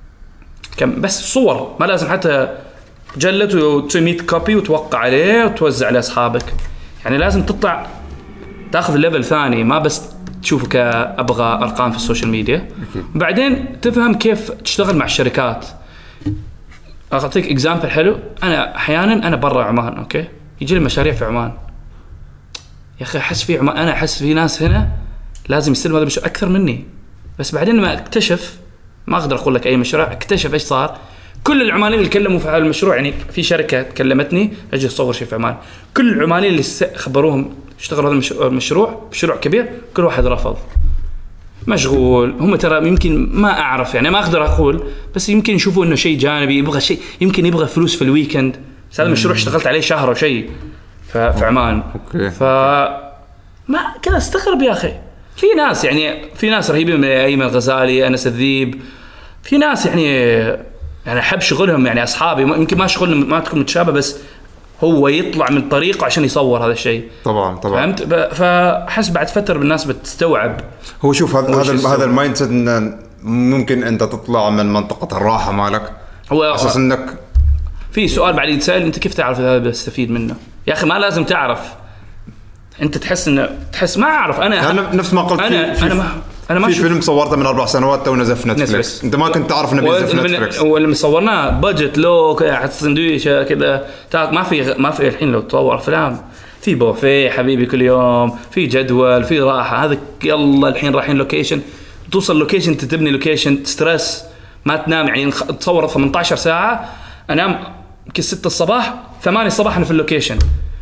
كم بس صور، ما لازم حتى مجلد وتسوي مية كوبي وتوقع عليه وتوزع على اصحابك. يعني لازم تطلع تاخذ ليفل ثاني، ما بس تشوفك ابغى ارقام في السوشيال ميديا. بعدين تفهم كيف تشتغل مع الشركات. اعطيك اكزامبل حلو. انا احيانا انا برا عمان اوكي يجي لي مشاريع في عمان، يا اخي احس في عمان انا احس في ناس هنا لازم يستلموا هذا المشروع اكثر مني. بس بعدين لما اكتشف، ما اقدر اقول لك اي مشروع، اكتشف ايش صار. كل العمانيين اللي تكلموا في هذا المشروع، يعني في شركه كلمتني اجي اصور شيء في عمان، كل العمانيين اللي خبروهم اشتغلوا هذا المشروع مشروع كبير كل واحد رفض. مشغول هم ترى، يمكن ما اعرف يعني ما اقدر اقول، بس يمكن يشوفوا انه شيء جانبي، يبغى شيء يمكن يبغى فلوس في الويكند. هذا المشروع اشتغلت عليه شهر او شيء في عمان. اوكي ف ما كذا استغرب يا اخي. في ناس يعني في ناس رهيبين من ايمن الغزالي، انس الذيب، في ناس يعني يعني احب شغلهم، يعني اصحابي يمكن ما شغلهم ما تكون متشابه، بس هو يطلع من طريقه عشان يصور هذا الشيء. طبعا طبعا فهمت. فحس بعد فتره الناس بتستوعب. هو شوف هذا هذا هذا المايند سيت إن ممكن انت تطلع من منطقه الراحه مالك، هو اساس انك في سؤال بعد يتسال انت كيف تعرف هذا بستفيد منه؟ يا اخي ما لازم تعرف، انت تحس انه تحس ما اعرف. انا أنا نفس ما قلت انا في, انا في, ما انا ما في شفت فيلم صورته من اربع سنوات تو نزل في نتفلكس. نتفلكس. انت ما كنت تعرف انه بينزل في نتفلكس. ولما صورناه بادجت لو حتى سندويشه كذا ما في ما في الحين لو تصور افلام في بوفيه حبيبي كل يوم في جدول في راحه. هذا يلا الحين رايحين لوكيشن توصل لوكيشن تبني لوكيشن ستريس ما تنام يعني تصور ثمانية عشر ساعه انام يمكن ستة الصباح ثمانية الصباح انا في اللوكيشن.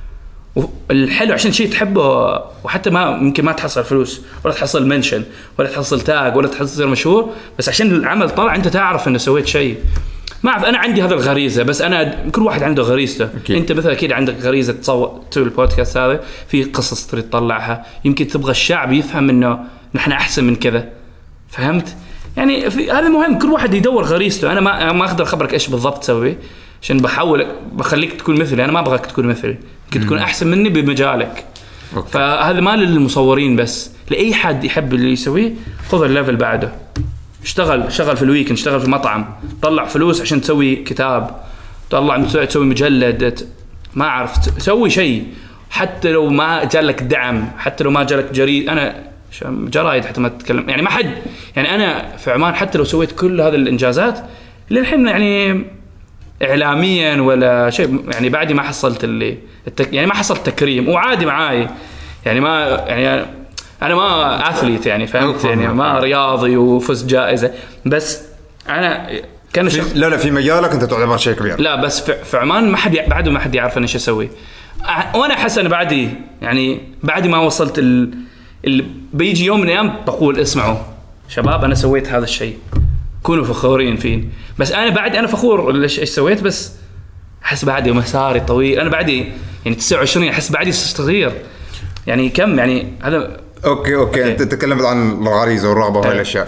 والحلو عشان شيء تحبه وحتى ما ممكن ما تحصل فلوس ولا تحصل منشن ولا تحصل تاج ولا تحصل مشهور بس عشان العمل طلع انت تعرف انه سويت شيء. ما اعرف انا عندي هذا الغريزه بس انا كل واحد عنده غريزته. انت مثلا اكيد عندك غريزه تصور تسوي البودكاست هذا في قصص تريد تطلعها يمكن تبغى الشعب يفهم انه نحن احسن من كذا فهمت يعني في هذا مهم. كل واحد يدور غريزته. انا ما ما اقدر اخبرك ايش بالضبط تسوي عشان بحاول بخليك تكون مثلي. انا ما ابغاك تكون مثلي يمكن تكون احسن مني بمجالك. أوكي. فهذا ما للمصورين بس لاي حد يحب اللي يسويه خذ الليفل بعده. اشتغل شغل في الويكند اشتغل في مطعم طلع فلوس عشان تسوي كتاب طلع تسوي مجلد ما عرفت سوي شيء حتى لو ما جالك دعم حتى لو ما جالك جريد. انا جرايد حتى ما تتكلم يعني ما حد يعني انا في عمان حتى لو سويت كل هذه الانجازات للحين يعني اعلاميا ولا شيء يعني بعدي ما حصلت اللي التك... يعني ما حصلت تكريم وعادي معاي يعني ما يعني انا ما اثليت يعني فهمت يعني ما رياضي وفز جائزه بس انا كان في... لا لا في مجالك انت تعتبر شيء كبير. لا بس في, في عمان ما حد ي... بعده ما حد يعرف انا ايش اسوي. وانا احس انا بعدي يعني بعد ما وصلت ال... اللي بيجي يوم من الايام بقول اسمعوا شباب انا سويت هذا الشيء كونوا فخورين فين. بس انا بعد انا فخور ايش سويت بس احس بعدي مساري طويل. انا بعدي يعني تسعة وعشرين احس بعدي صغير يعني كم يعني هذا اوكي اوكي, أوكي. انت تكلمت عن الغريزه والرغبه وهاي الاشياء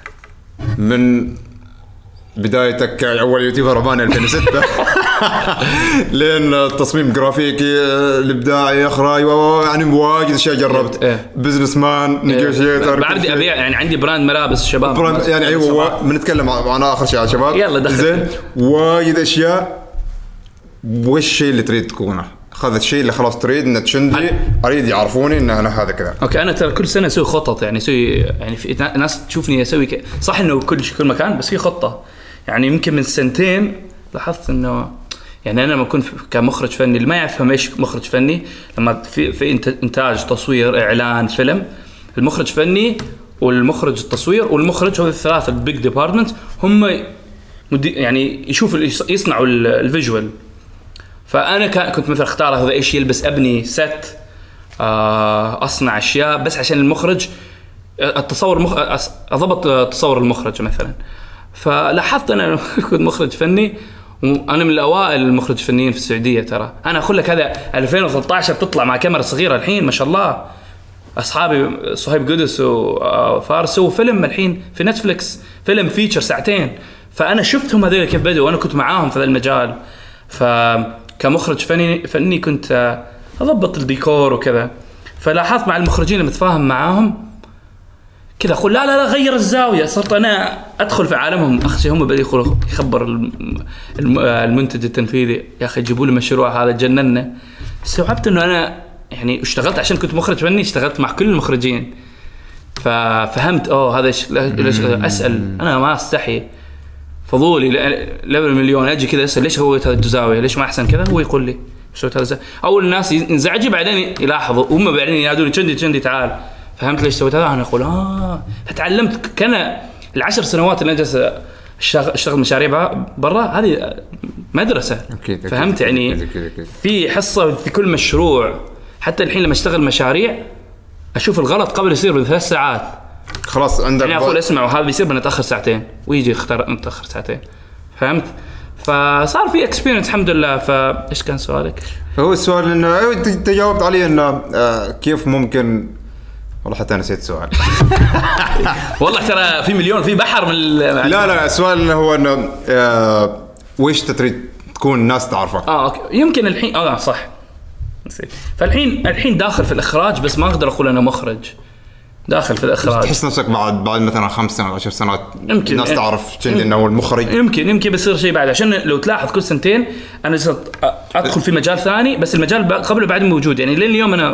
من بدايتك كأول يوتيوبر عمان ألفين وستة لين التصميم جرافيكي الابداعي اخراج يعني واجد اشياء جربت. إيه. بزنس مان نيجوشيتر بعد ابيع يعني عندي براند ملابس شباب براند يعني ايوه بنتكلم عن اخر شيء على شباب يلا دخل زين واجد اشياء. وش الشيء اللي تريد تكونه؟ خذ الشيء اللي خلاص تريد ان تشندي اريد يعرفوني ان انا هذا كذا. اوكي انا ترى كل سنه اسوي خطط يعني اسوي يعني في ناس تشوفني اسوي ك... صح انه كل كل مكان بس في خطه يعني يمكن من سنتين لاحظت انه يعني انا لما كنت كمخرج فني اللي ما يفهم ايش مخرج فني لما في في انتاج تصوير اعلان فيلم المخرج فني والمخرج التصوير والمخرج هو الثلاثه البيج ديبارتمنت هم يعني يشوف يصنعوا الفيجوال. فانا كنت مثلا اختار هذا ايش يلبس ابني ست اصنع اشياء بس عشان المخرج التصور مخ... اضبط تصور المخرج مثلا. فلاحظت انا كنت مخرج فني وانا من الاوائل المخرج الفنيين في السعوديه. ترى انا اقول لك هذا ألفين وثلاثة عشر تطلع مع كاميرا صغيره الحين ما شاء الله. اصحابي صهيب قدس وفارس وفيلم الحين في نتفليكس فيلم فيتشر ساعتين. فانا شفتهم هذول كيف بدوا وانا كنت معاهم في هذا المجال. فكمخرج فني فني كنت اضبط الديكور وكذا. فلاحظت مع المخرجين لما اتفاهم معاهم كذا اقول لا لا لا غير الزاويه. صرت انا ادخل في عالمهم اخشى هم بدي يدخلوا يخبر المنتج التنفيذي يا اخي جيبوا لي مشروع هذا جننا. استوعبت انه انا يعني اشتغلت عشان كنت مخرج فني اشتغلت مع كل المخرجين. ففهمت اوه هذا ليش اسال انا ما استحي فضولي ليفل مليون اجي كذا اسال ليش هو هذا الزاويه ليش ما احسن كذا هو يقول لي سويت هذا. اول الناس ينزعجوا بعدين يلاحظوا هم بعدين ينادوني تشندي تشندي تعال فهمت ليش سويت هذا. انا اقول اه فتعلمت. كان العشر سنوات اللي جالس اشتغل مشاريع برا هذه مدرسه. أكيد فهمت أكيد يعني أكيد أكيد. في حصه في كل مشروع. حتى الحين لما اشتغل مشاريع اشوف الغلط قبل يصير بثلاث ساعات خلاص عندك يعني اقول اسمعوا هذا بيصير بنتاخر ساعتين ويجي يختار متاخر ساعتين فهمت. فصار في اكسبيرينس الحمد لله. فايش كان سؤالك؟ هو السؤال انه انت جاوبت عليه انه كيف ممكن والله حتى نسيت السؤال. والله ترى في مليون في بحر من لا لا السؤال هو انه آه ويش تريد تكون الناس تعرفك. اه اوكي يمكن الحين اه صح نسيت. فالحين الحين داخل في الاخراج بس ما اقدر اقول انا مخرج داخل في الاخراج. تحس نفسك بعد بعد مثلا خمس سنوات عشر سنوات يمكن الناس يمكن تعرف شنو انه هو المخرج. يمكن يمكن بيصير شيء بعد عشان لو تلاحظ كل سنتين انا صرت ادخل في مجال ثاني بس المجال قبله بعد موجود يعني لين اليوم انا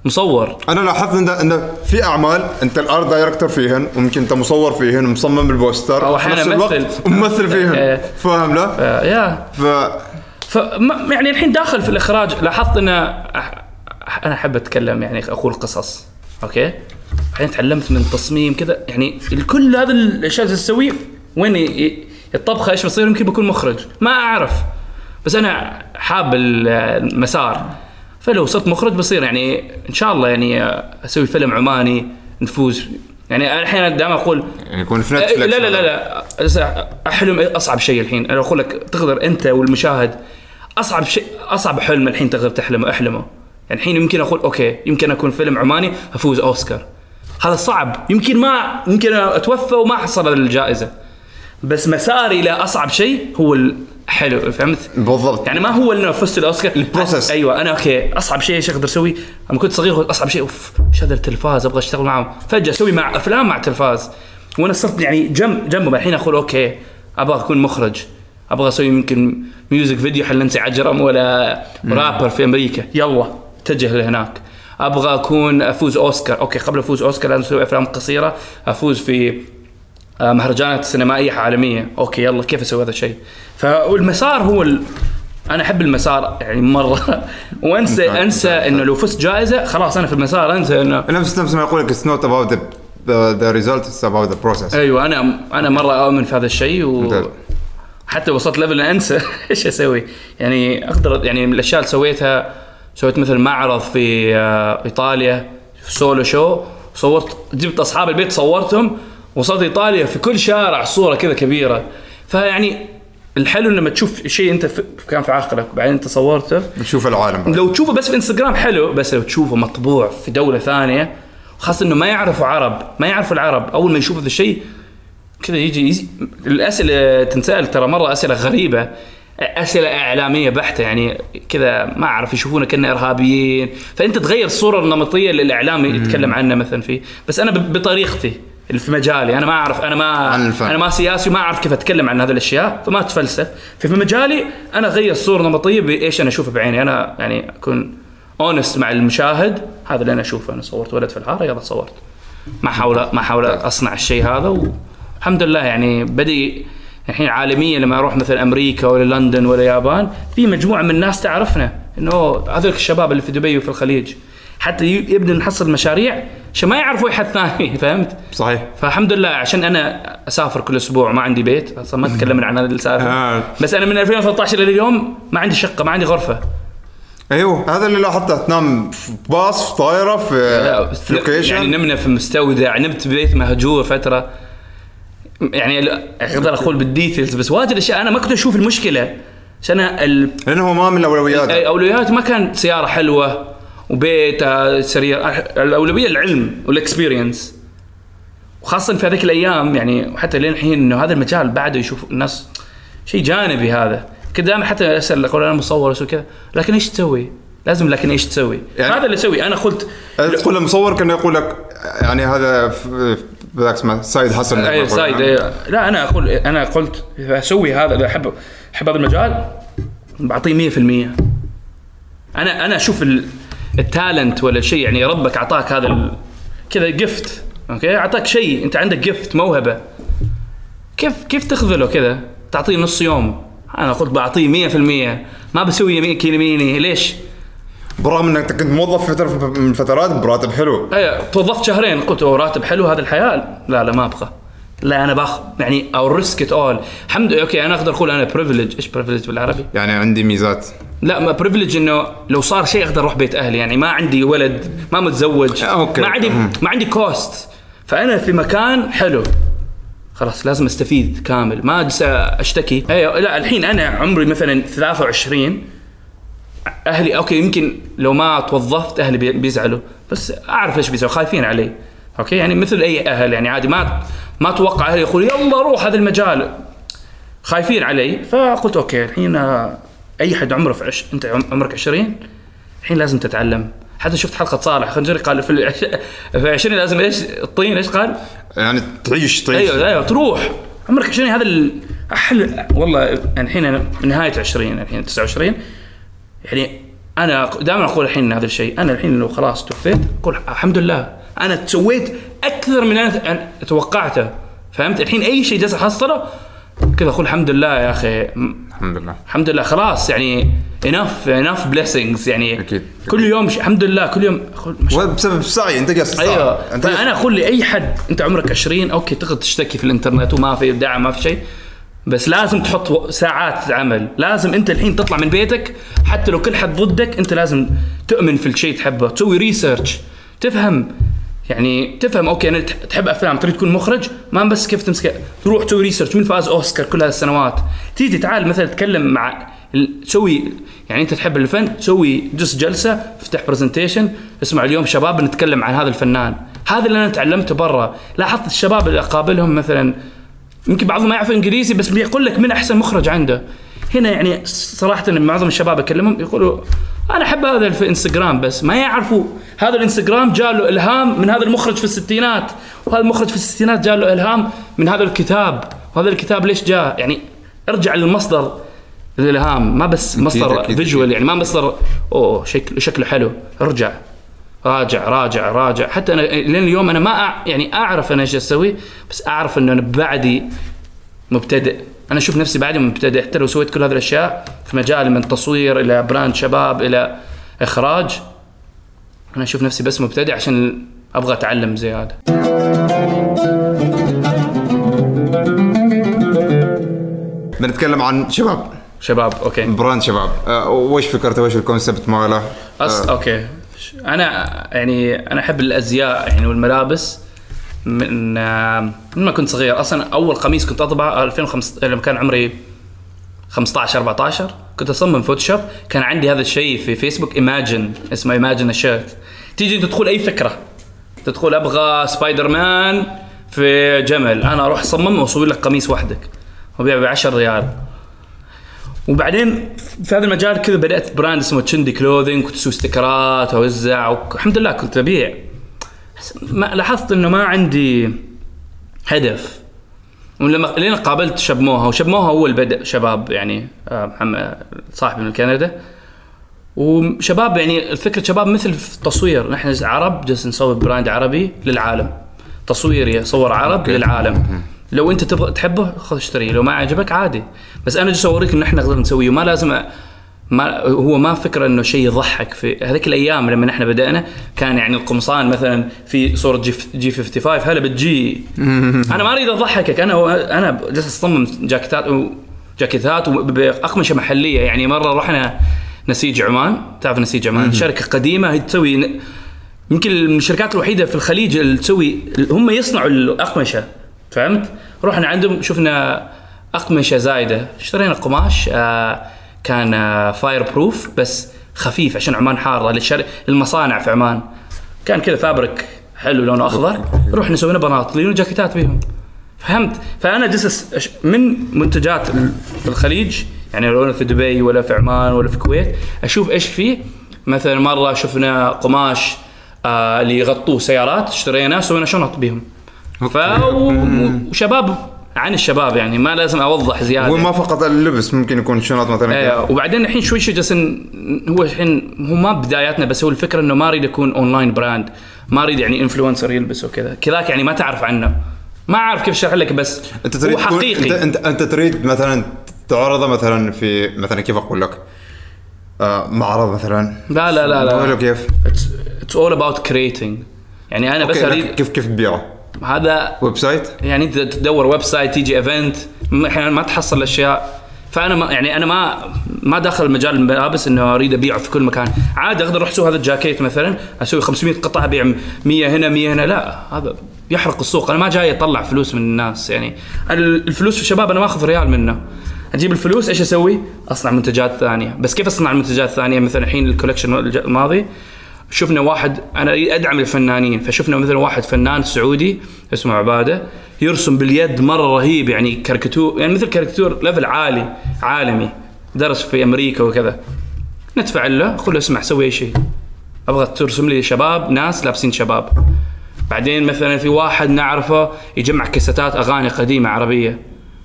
مصور. انا لاحظت ان ان في اعمال انت الارت دايركتور فيهن وممكن انت مصور فيهن ومصمم البوستر او احيانا ممثل وممثل فيهن فاهم لا ف... يا ف... ف يعني الحين داخل في الاخراج لاحظت ان أح... انا احب اتكلم يعني اقول قصص اوكي الحين تعلمت من تصميم كذا يعني الكل هذا الاشياء اللي تسويه وين ي... الطبخه ايش بصير يمكن بكون مخرج ما اعرف بس انا حاب المسار فلو صرت مخرج بصير يعني ان شاء الله يعني اسوي فيلم عماني نفوز يعني الحين دائما اقول يعني يكون في نتفلكس لا لا لا لا احلم اصعب شيء الحين انا اقول لك تقدر انت والمشاهد اصعب شيء اصعب حلم الحين تقدر تحلمه احلمه يعني الحين يمكن اقول اوكي يمكن اكون فيلم عماني افوز اوسكار هذا صعب يمكن ما يمكن اتوفى وما احصل الجائزه بس مساري الى اصعب شيء هو حلو فهمت بالضبط يعني ما هو انه فزت الاوسكار البروسس ايوه انا اوكي اصعب شيء ايش اقدر اسوي لما كنت صغير اصعب شيء اوف ايش هذا التلفاز ابغى اشتغل معهم فجاه اسوي مع افلام مع تلفاز وانا صرت يعني جنب جنبه الحين اقول اوكي ابغى اكون مخرج ابغى اسوي يمكن ميوزك فيديو حل ننسي عجرم ولا رابر في امريكا يلا اتجه لهناك ابغى اكون افوز اوسكار اوكي قبل افوز اوسكار لازم اسوي افلام قصيره افوز في مهرجانات سينمائيه عالميه اوكي يلا كيف اسوي هذا الشيء فالمسار هو ال... انا احب المسار يعني مره وانسى انسى انه لو فزت جائزه خلاص انا في المسار انسى انه نفس نفس ما يقول لك it's not about the the, the result it's about the process ايوه انا انا مره اؤمن في هذا الشيء وحتى وصلت ليفل انسى ايش اسوي يعني اقدر يعني من الاشياء اللي سويتها سويت مثل معرض في ايطاليا سولو شو صورت جبت اصحاب البيت صورتهم وصلت ايطاليا في كل شارع صوره كذا كبيره فيعني الحلو لما تشوف شيء انت في كان في عقلك بعدين انت صورته تشوف العالم بقى. لو تشوفه بس في انستغرام حلو بس لو تشوفه مطبوع في دوله ثانيه خاصه انه ما يعرفوا عرب ما يعرفوا العرب اول ما يشوفوا هذا الشيء كذا يجي, يجي الاسئله تنسال ترى مره اسئله غريبه اسئله اعلاميه بحته يعني كذا ما اعرف يشوفونا كنا ارهابيين فانت تغير الصوره النمطيه اللي الاعلام يتكلم عنها مثلا فيه بس انا بطريقتي اللي في مجالي انا ما اعرف انا ما انا ما سياسي وما اعرف كيف اتكلم عن هذه الاشياء فما اتفلسف في مجالي انا اغير الصوره النمطيه بايش انا اشوفه بعيني انا يعني اكون اونست مع المشاهد هذا اللي انا اشوفه انا صورت ولد في الحاره يلا صورت ما حاول ما حاول اصنع الشيء هذا والحمد لله يعني بدي الحين عالميا لما اروح مثلا امريكا ولا لندن ولا اليابان في مجموعه من الناس تعرفنا انه هذول الشباب اللي في دبي وفي الخليج حتى يبدأ نحصل مشاريع عشان ما يعرفوا أحد ثاني فهمت صحيح فالحمد لله عشان أنا أسافر كل أسبوع ما عندي بيت أصلا ما تكلمنا عن هذا السالفة بس أنا من ألفين وثلاثة عشر لليوم ما عندي شقة ما عندي غرفة ايوه هذا اللي لاحظته تنام في باص في طائرة في في لوكيشن يعني نمنا في مستودع نمت ببيت مهجور فترة يعني أقدر أقول بالديتيلز بس واجد أشياء أنا ما كنت أشوف المشكلة عشان ال... لأنه ما من الأولويات أولويات ما كان سيارة حلوة وبيت سرير الأولوية العلم والإكسبيرينس وخاصة في هذيك الأيام يعني وحتى لين الحين إنه هذا المجال بعده يشوف الناس شيء جانبي هذا كده دائما حتى أسأل أقول أنا مصور وسوي كذا لكن إيش تسوي لازم لكن إيش تسوي يعني هذا اللي أسوي أنا قلت تقول المصور كان يقول لك يعني هذا بدك اسمه سايد حسن أي سايد أي لا أنا أقول أنا قلت أسوي هذا اللي أحب أحب هذا المجال بعطيه مية في المية أنا أنا أشوف ال التالنت ولا شيء يعني ربك عطاك هذا ال... كذا جفت اوكي عطاك شيء انت عندك جفت موهبه كيف كيف تخذله كذا تعطيه نص يوم انا قلت بعطيه مية في المية ما بسوي يمين يميني ليش برغم انك كنت موظف فتره من الفترات براتب حلو ايوه توظفت شهرين قلت راتب حلو هذا الحياه لا لا ما ابغى لا انا باخذ يعني او ريسك ات اول الحمد لله اوكي انا اقدر اقول انا بريفليج ايش بريفليج بالعربي يعني عندي ميزات لا ما بريفليج انه لو صار شيء اقدر اروح بيت اهلي يعني ما عندي ولد ما متزوج أوكي. ما عندي ما عندي كوست فانا في مكان حلو خلاص لازم استفيد كامل ما أجلس اشتكي ايوه لا الحين انا عمري مثلا ثلاثة وعشرين اهلي اوكي يمكن لو ما توظفت اهلي بيزعلوا بس اعرف ليش بيزعلوا خايفين علي اوكي يعني مثل اي اهل يعني عادي ما ما اتوقع اهلي يقول يلا روح هذا المجال خايفين علي فقلت اوكي الحين اي حد عمره في عش... انت عمرك عشرين الحين لازم تتعلم حتى شفت حلقه صالح خنجري قال في العش... في عشرين لازم ايش الطين ايش قال يعني تعيش تعيش ايوه ايوه تروح عمرك عشرين هذا الاحل والله الحين انا نهايه عشرين الحين تسعة وعشرين يعني انا دائما اقول الحين هذا الشيء، انا الحين لو خلاص توفيت اقول الحمد لله انا سويت اكثر من انا توقعته، فهمت؟ الحين اي شيء جالس احصله كذا اقول الحمد لله يا اخي، الحمد لله الحمد لله خلاص يعني enough enough blessings يعني أكيد. كل يوم ش... الحمد لله كل يوم بسبب السعي انت جالس تسعى. ايوه انت فانا اقول لاي حد انت عمرك عشرين اوكي تقدر تشتكي في الانترنت وما في دعم ما في شيء، بس لازم تحط ساعات عمل، لازم انت الحين تطلع من بيتك حتى لو كل حد ضدك انت لازم تؤمن في الشيء تحبه، تسوي ريسيرش، تفهم يعني تفهم اوكي انا تحب افلام تريد تكون مخرج ما بس كيف تمسك تروح تسوي ريسيرش مين فاز اوسكار كل هالسنوات، تيجي تعال مثلا تتكلم مع تسوي يعني انت تحب الفن تسوي جلسه جلسه افتح برزنتيشن اسمع اليوم شباب نتكلم عن هذا الفنان، هذا اللي انا تعلمته برا. لاحظت الشباب اللي اقابلهم مثلا يمكن بعضهم ما يعرف انجليزي بس بيقول لك من احسن مخرج عنده هنا، يعني صراحه معظم الشباب اكلمهم يقولوا انا احب هذا في انستغرام، بس ما يعرفوا هذا الانستغرام جاء له الهام من هذا المخرج في الستينات، وهذا المخرج في الستينات جاء له الهام من هذا الكتاب، وهذا الكتاب ليش جاء، يعني ارجع للمصدر الالهام ما بس مصدر فيجوال، يعني ما مصدر اوه شكل شكله حلو، ارجع راجع راجع راجع. حتى انا لين اليوم انا ما أع... يعني اعرف انا ايش اسوي، بس اعرف انه انا بعدي مبتدئ، انا اشوف نفسي بعدي مبتدئ حتى لو سويت كل هذه الاشياء في مجال من تصوير الى براند شباب الى اخراج، انا اشوف نفسي بس مبتدئ عشان ابغى اتعلم زياده. بنتكلم عن شباب شباب اوكي براند شباب، أه وش فكرته وش الكونسبت ماله؟ أه اوكي انا يعني انا احب الازياء يعني والملابس من آه من ما كنت صغير. اصلا اول قميص كنت اطبعه ألفين وخمسة لما كان عمري خمسة عشر أربعة عشر، كنت اصمم فوتوشوب، كان عندي هذا الشيء في فيسبوك ايماجن اسمه ايماجن الشيرت، تيجي تدخل اي فكره تدخل ابغى سبايدر مان في جمل، انا اروح اصمم واصور لك قميص وحدك وبيع بعشر ريال. وبعدين في هذا المجال كذا بدأت براند اسمه تشندي كلوذينج، كنت اسوي استيكرات واوزع والحمد لله كنت ابيع. ما لاحظت انه ما عندي هدف، ولما لين قابلت شبموها، وشبموها هو اللي بدأ شباب يعني محمد صاحبي من كندا، وشباب يعني الفكرة شباب مثل في التصوير، نحن عرب جالسين نسوي براند عربي للعالم، تصوير يصور عرب للعالم، لو انت تبغى تحبه خذ اشتريه، لو ما عجبك عادي، بس انا جالس اوريك ان احنا نقدر نسويه، ما لازم ما هو ما فكره انه شيء يضحك. في هذيك الايام لما احنا بدأنا كان يعني القمصان مثلا في صوره جي جي خمسة وخمسين هلا بتجي، انا ما اريد اضحكك، انا انا جالس اصمم جاكيتات وجاكيتات باقمشه محليه. يعني مره رحنا نسيج عمان، تعرف نسيج عمان شركه قديمه هي تسوي يمكن من الشركات الوحيده في الخليج اللي تسوي، هم يصنعوا الاقمشه، فهمت؟ رحنا عندهم شفنا أقمشة زايدة، اشترينا قماش آه كان آه فاير بروف بس خفيف عشان عمان حارة، للشر... للمصانع في عمان كان كذا فابريك حلو لونه أخضر، رحنا سوينا بناطيل وجاكيتات بيهم، فهمت؟ فأنا جلس من منتجات الخليج يعني لو في دبي ولا في عمان ولا في الكويت أشوف إيش فيه. مثلا مرة شفنا قماش آه اللي يغطوه سيارات، اشترينا سوينا شنط بيهم. ف وشباب عن الشباب يعني ما لازم اوضح زياده، وما فقط اللبس ممكن يكون شنط مثلا. ايه وبعدين الحين شوي شوي جالسين، هو الحين هو ما بداياتنا، بس هو الفكره انه ما اريد يكون اونلاين براند، ما اريد يعني انفلونسر يلبس وكذا كذاك، يعني ما تعرف عنه، ما اعرف كيف اشرح لك، بس انت تريد هو حقيقي. انت, انت انت تريد مثلا تعرضه مثلا في مثلا كيف اقول لك آه معرض مثلا، لا لا لا لا, لا. كيف it's all about creating، يعني انا بس اريد كيف كيف تبيعه، هذا ويب سايت، يعني انت تدور ويب سايت تيجي ايفنت احيانا ما تحصل الاشياء. فانا ما يعني انا ما ما داخل مجال الملابس انه اريد ابيعه في كل مكان، عادي اقدر اروح اسوي هذا الجاكيت مثلا اسوي خمسمية قطعه ابيع مية هنا مية هنا، لا هذا يحرق السوق. انا ما جاي اطلع فلوس من الناس، يعني الفلوس في الشباب انا ما اخذ ريال منه، اجيب الفلوس ايش اسوي؟ اصنع منتجات ثانيه. بس كيف اصنع المنتجات الثانيه؟ مثلا الحين الكولكشن الماضي شفنا واحد، انا ادعم الفنانين، فشفنا مثلا واحد فنان سعودي اسمه عباده يرسم باليد مره رهيب، يعني كاريكاتور، يعني مثل كاريكاتور ليفل عالي عالمي، درس في امريكا وكذا. ندفع له اقول له اسمع سوي اي شيء، ابغى ترسم لي شباب ناس لابسين شباب. بعدين مثلا في واحد نعرفه يجمع كاسيتات اغاني قديمه عربيه،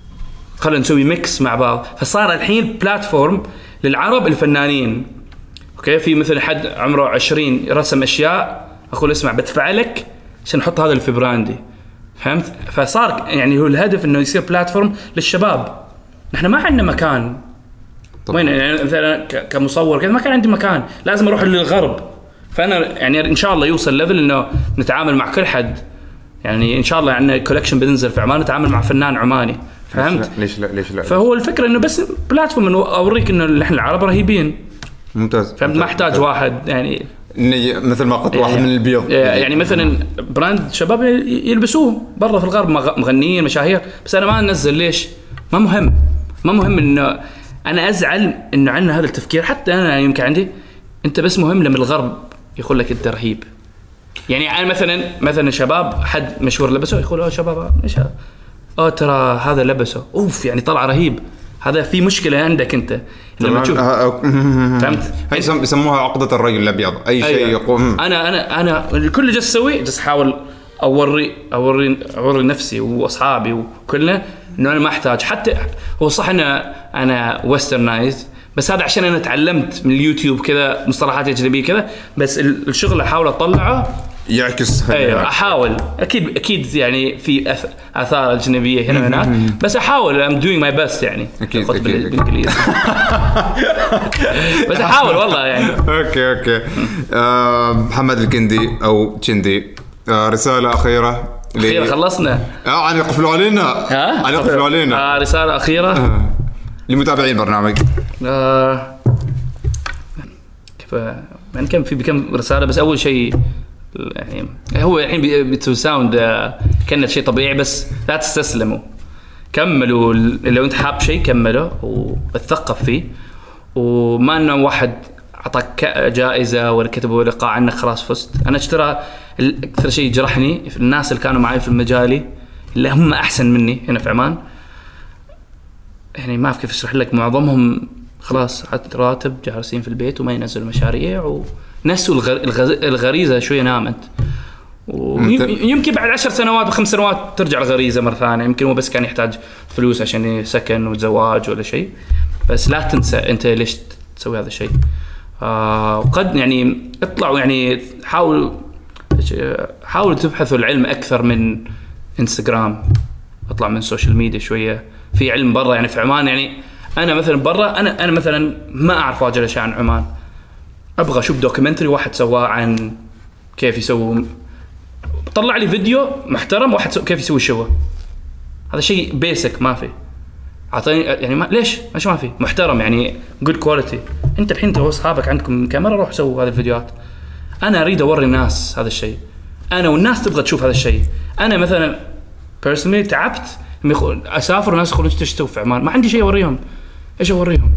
خلينا نسوي ميكس مع بعض. فصار الحين بلاتفورم للعرب الفنانين، اوكي في مثل حد عمره عشرين رسم اشياء، اقول اسمع بدفع لك عشان احط هذا اللي في براندي، فهمت؟ فصار يعني هو الهدف انه يصير بلاتفورم للشباب. نحن ما عندنا مكان وين يعني مثلا كمصور كذا ما كان عندي مكان، لازم اروح للغرب. فانا يعني ان شاء الله يوصل ليفل انه نتعامل مع كل حد، يعني ان شاء الله عندنا كولكشن بننزل في عمان نتعامل مع فنان عماني، فهمت؟ ليش لا ليش لا فهو الفكره انه بس بلاتفورم انه اوريك انه احنا العرب رهيبين. ممتاز. فهمت؟ ما احتاج واحد يعني مثل ما قلت واحد من البيض، يعني مثلا براند شباب يلبسوه برا في الغرب مغنيين مشاهير، بس انا ما انزل. ليش؟ ما مهم ما مهم انه انا ازعل انه عندنا هذا التفكير. حتى انا يمكن عندي انت بس مهم لما الغرب يقول لك انت رهيب. يعني انا مثلا مثلا شباب حد مشهور لبسه يقول اه شباب ايش هذا، اه ترى هذا لبسه اوف يعني طلع رهيب. هذا في مشكله عندك انت لما تشوف، فهمت؟ يسموها عقده الرجل الابيض. اي شيء يقوم انا انا انا كل جالس اسوي جالس احاول اوري اوري اوري نفسي واصحابي وكلنا انه انا ما احتاج. حتى هو صح انا انا ويسترنايز، بس هذا عشان انا تعلمت من اليوتيوب كذا مصطلحات اجنبيه كذا، بس الشغل احاول اطلعه يعكس. ايوه احاول اكيد اكيد يعني في اثار اجنبيه هنا وهناك، بس احاول I'm doing my best يعني اكيد بالانجليزي بس احاول والله يعني. اوكي اوكي آه محمد الكندي او تشندي، آه رساله اخيره. اخيرا خلصنا اه يعني يقفلوا علينا ها يعني يقفلوا علينا. آه رساله اخيره آه. لمتابعين برنامج. آه كيف يعني كم في بكم رساله، بس اول شيء يعني هو الحين بتساوند كأنه شيء طبيعي، بس لا تستسلموا، كملوا. لو انت حاب شيء كمله وتثقف فيه، وما انه واحد اعطاك جائزه ولا كتبوا لقاء عنك خلاص فزت. انا اشترى اكثر شيء جرحني في الناس اللي كانوا معي في مجالي اللي هم احسن مني هنا في عمان، يعني ما اعرف كيف اشرح لك، معظمهم خلاص حتى راتب جالسين في البيت وما ينزلوا مشاريع ونسوا الغريزه شويه نامت. ويمكن بعد عشر سنوات وخمس سنوات ترجع الغريزه مره ثانيه. يمكن هو بس كان يحتاج فلوس عشان يسكن وزواج ولا شيء، بس لا تنسى انت ليش تسوي هذا الشيء. آه وقد يعني اطلعوا يعني حاولوا حاولوا تبحثوا العلم اكثر من انستغرام، اطلع من السوشيال ميديا شويه، في علم برا. يعني في عمان يعني انا مثلا برا انا انا مثلا ما اعرف واجد اشياء عن عمان، ابغى اشوف دوكيومنتري واحد سواه عن كيف يسوي، طلع لي فيديو محترم واحد كيف يسوي الشوا. هذا شيء بيسك ما في، اعطيني يعني ما ليش مش ما في محترم يعني جود كواليتي. انت الحين تو اصحابك عندكم كاميرا روحوا سووا هذه الفيديوهات. انا اريد اوري الناس هذا الشيء، انا والناس تبغى تشوف هذا الشيء. انا مثلا بيرسونلي تعبت اسافر والناس يقولون ايش تسوي في عمان، ما عندي شيء اوريهم، ايش اوريهم؟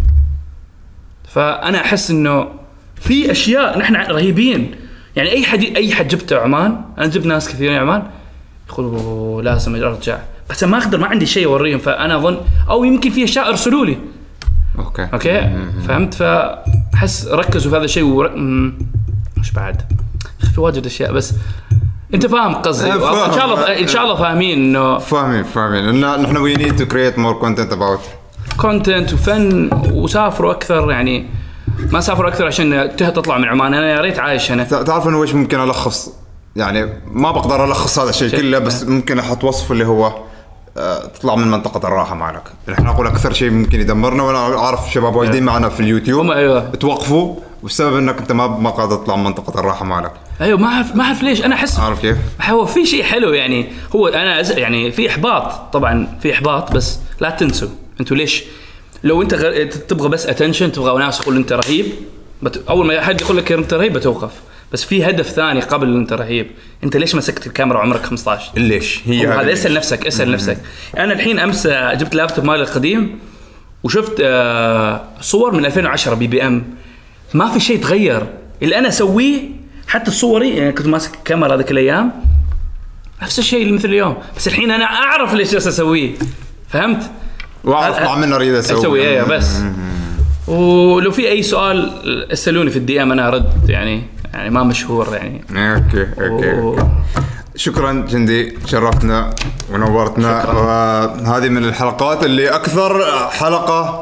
فانا احس انه في اشياء نحن رهيبين. يعني اي حد اي حد جبته عمان، انا جبت ناس كثيرين عمان يقولوا لازم ارجع، بس ما اقدر ما عندي شيء اوريهم. فانا اظن او يمكن في اشياء ارسلوا لي اوكي اوكي فهمت. فحس ركزوا في هذا الشيء ور... مش بعد في واجد اشياء، بس انت فاهم قصدي. ان شاء الله ان شاء الله فاهمين انه فاهمين فاهمين انه نحن وي نيد تو كرييت مور كونتنت اباوت كونتنت وفن، وسافروا اكثر. يعني ما سافروا اكثر عشان تطلع من عمان. انا يا ريت عايش هنا. تعرف انه ايش ممكن الخص، يعني ما بقدر الخص هذا الشيء كله، بس ممكن احط وصف اللي هو أه تطلع من منطقه الراحه معك. احنا نقول اكثر شيء ممكن يدمرنا، وانا اعرف شباب واجدين معنا في اليوتيوب أيوة. توقفوا بسبب انك انت ما ما قادر تطلع من منطقه الراحه معك. ايوه ما اعرف ما اعرف ليش. انا احس عارف كيف هو في شيء حلو يعني. هو انا يعني في احباط طبعا، في احباط، بس لا تنسوا انتوا ليش. لو انت غ... تبغى بس اتنشن، تبغى ناس يقول انت رهيب، بت... اول ما حد يقول لك انت رهيب بتوقف. بس في هدف ثاني قبل انت رهيب. انت ليش مسكت الكاميرا وعمرك خمسة عشر؟ ليش هي هذا؟ اسال نفسك اسال نفسك. انا الحين امس جبت لابتوب مالي القديم وشفت صور من ألفين وعشرة بي بي ام، ما في شيء تغير. اللي انا اسويه حتى صوري، يعني كنت ماسك الكاميرا هذيك الايام نفس الشيء مثل اليوم، بس الحين انا اعرف ليش جالس اسويه، فهمت؟ واعرف طبعا منه اريد اسوي اسوي ايه بس. ولو في اي سؤال اسالوني في الدي ام انا ارد، يعني يعني ما مشهور يعني. اوكي اوكي, أوكي. شكرا جندي، شرفتنا ونورتنا. وهذه من الحلقات اللي اكثر حلقه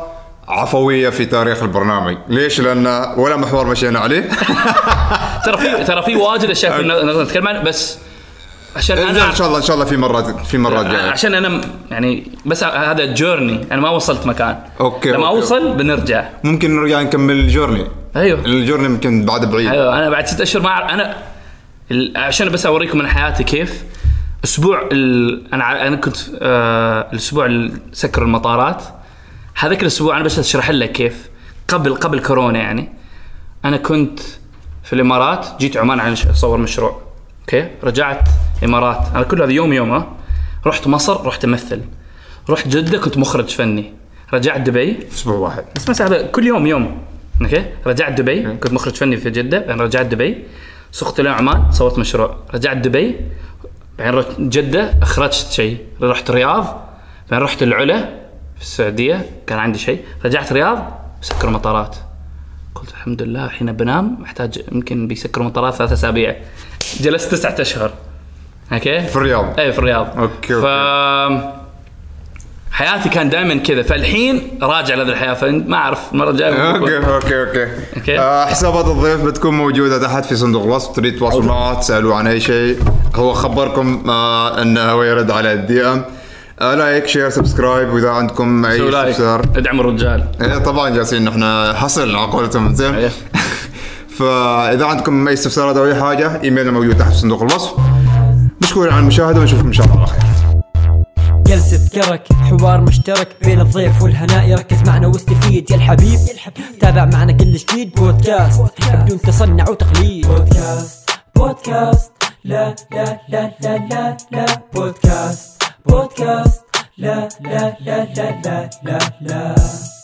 عفوية في تاريخ البرنامج. ليش؟ لأن ولا محور مشينا عليه. ترى في ترى في واجد اشياء نقدر نتكلم عنها، بس عشان انا ان شاء الله ان شاء الله في مرات في مرات جايه، عشان انا يعني بس هذا جورني، انا ما وصلت مكان. اوكي لما أوكي. اوصل بنرجع، ممكن نرجع نكمل الجورني. ايوه الجورني يمكن بعد بعيد. ايوه انا بعد ست اشهر ما أعرف انا ال... عشان بس اوريكم من حياتي كيف اسبوع ال... انا انا كنت آه... الاسبوع اللي سكروا المطارات هذاك الاسبوع، انا بس اشرح لك كيف قبل قبل كورونا. يعني انا كنت في الامارات، جيت عمان عشان اصور مشروع، اوكي رجعت امارات، انا كل هذا يوم يوم ها. رحت مصر رحت امثل، رحت جده كنت مخرج فني، رجعت دبي اسبوع واحد بس ما هذا كل يوم يوم، اوكي رجعت دبي كنت مخرج فني في جده، بعدين رجعت دبي سقت الى عمان صورت مشروع، رجعت دبي بعدين رحت جده اخرجت شيء، رحت الرياض بعدين رحت العلا في السعوديه كان عندي شيء، رجعت الرياض سكروا مطارات. قلت الحمد لله الحين بنام، محتاج يمكن بيسكروا مطارات ثلاثة اسابيع. جلست تسعة اشهر اوكي في الرياض. اي في الرياض. اوكي ف حياتي كان دائما كذا، فالحين راجع لهذه الحياه، فما اعرف المره الجايه. اوكي اوكي اوكي, أوكي. آه حسابات الضيف بتكون موجوده تحت في صندوق الوصف، تريد تواصلوا معه تسالوا عن اي شيء، هو خبركم آه انه هو يرد على الدي ام. آه لايك شير سبسكرايب، واذا عندكم اي استفسار ادعموا الرجال. ايه طبعا جالسين نحن حصل على قولتهم زين. أيه. فاذا عندكم اي استفسارات او اي حاجه ايميلنا موجود تحت في صندوق الوصف. مشكورين على المشاهده ونشوفكم ان شاء الله على خير. جلسة كرك حوار مشترك بين الضيف والهناء، يركز معنا واستفيد يا الحبيب. تابع معنا كل جديد بودكاست بدون تصنع وتقليد. بودكاست بودكاست لا لا لا لا لا لا بودكاست بودكاست لا لا لا لا لا لا لا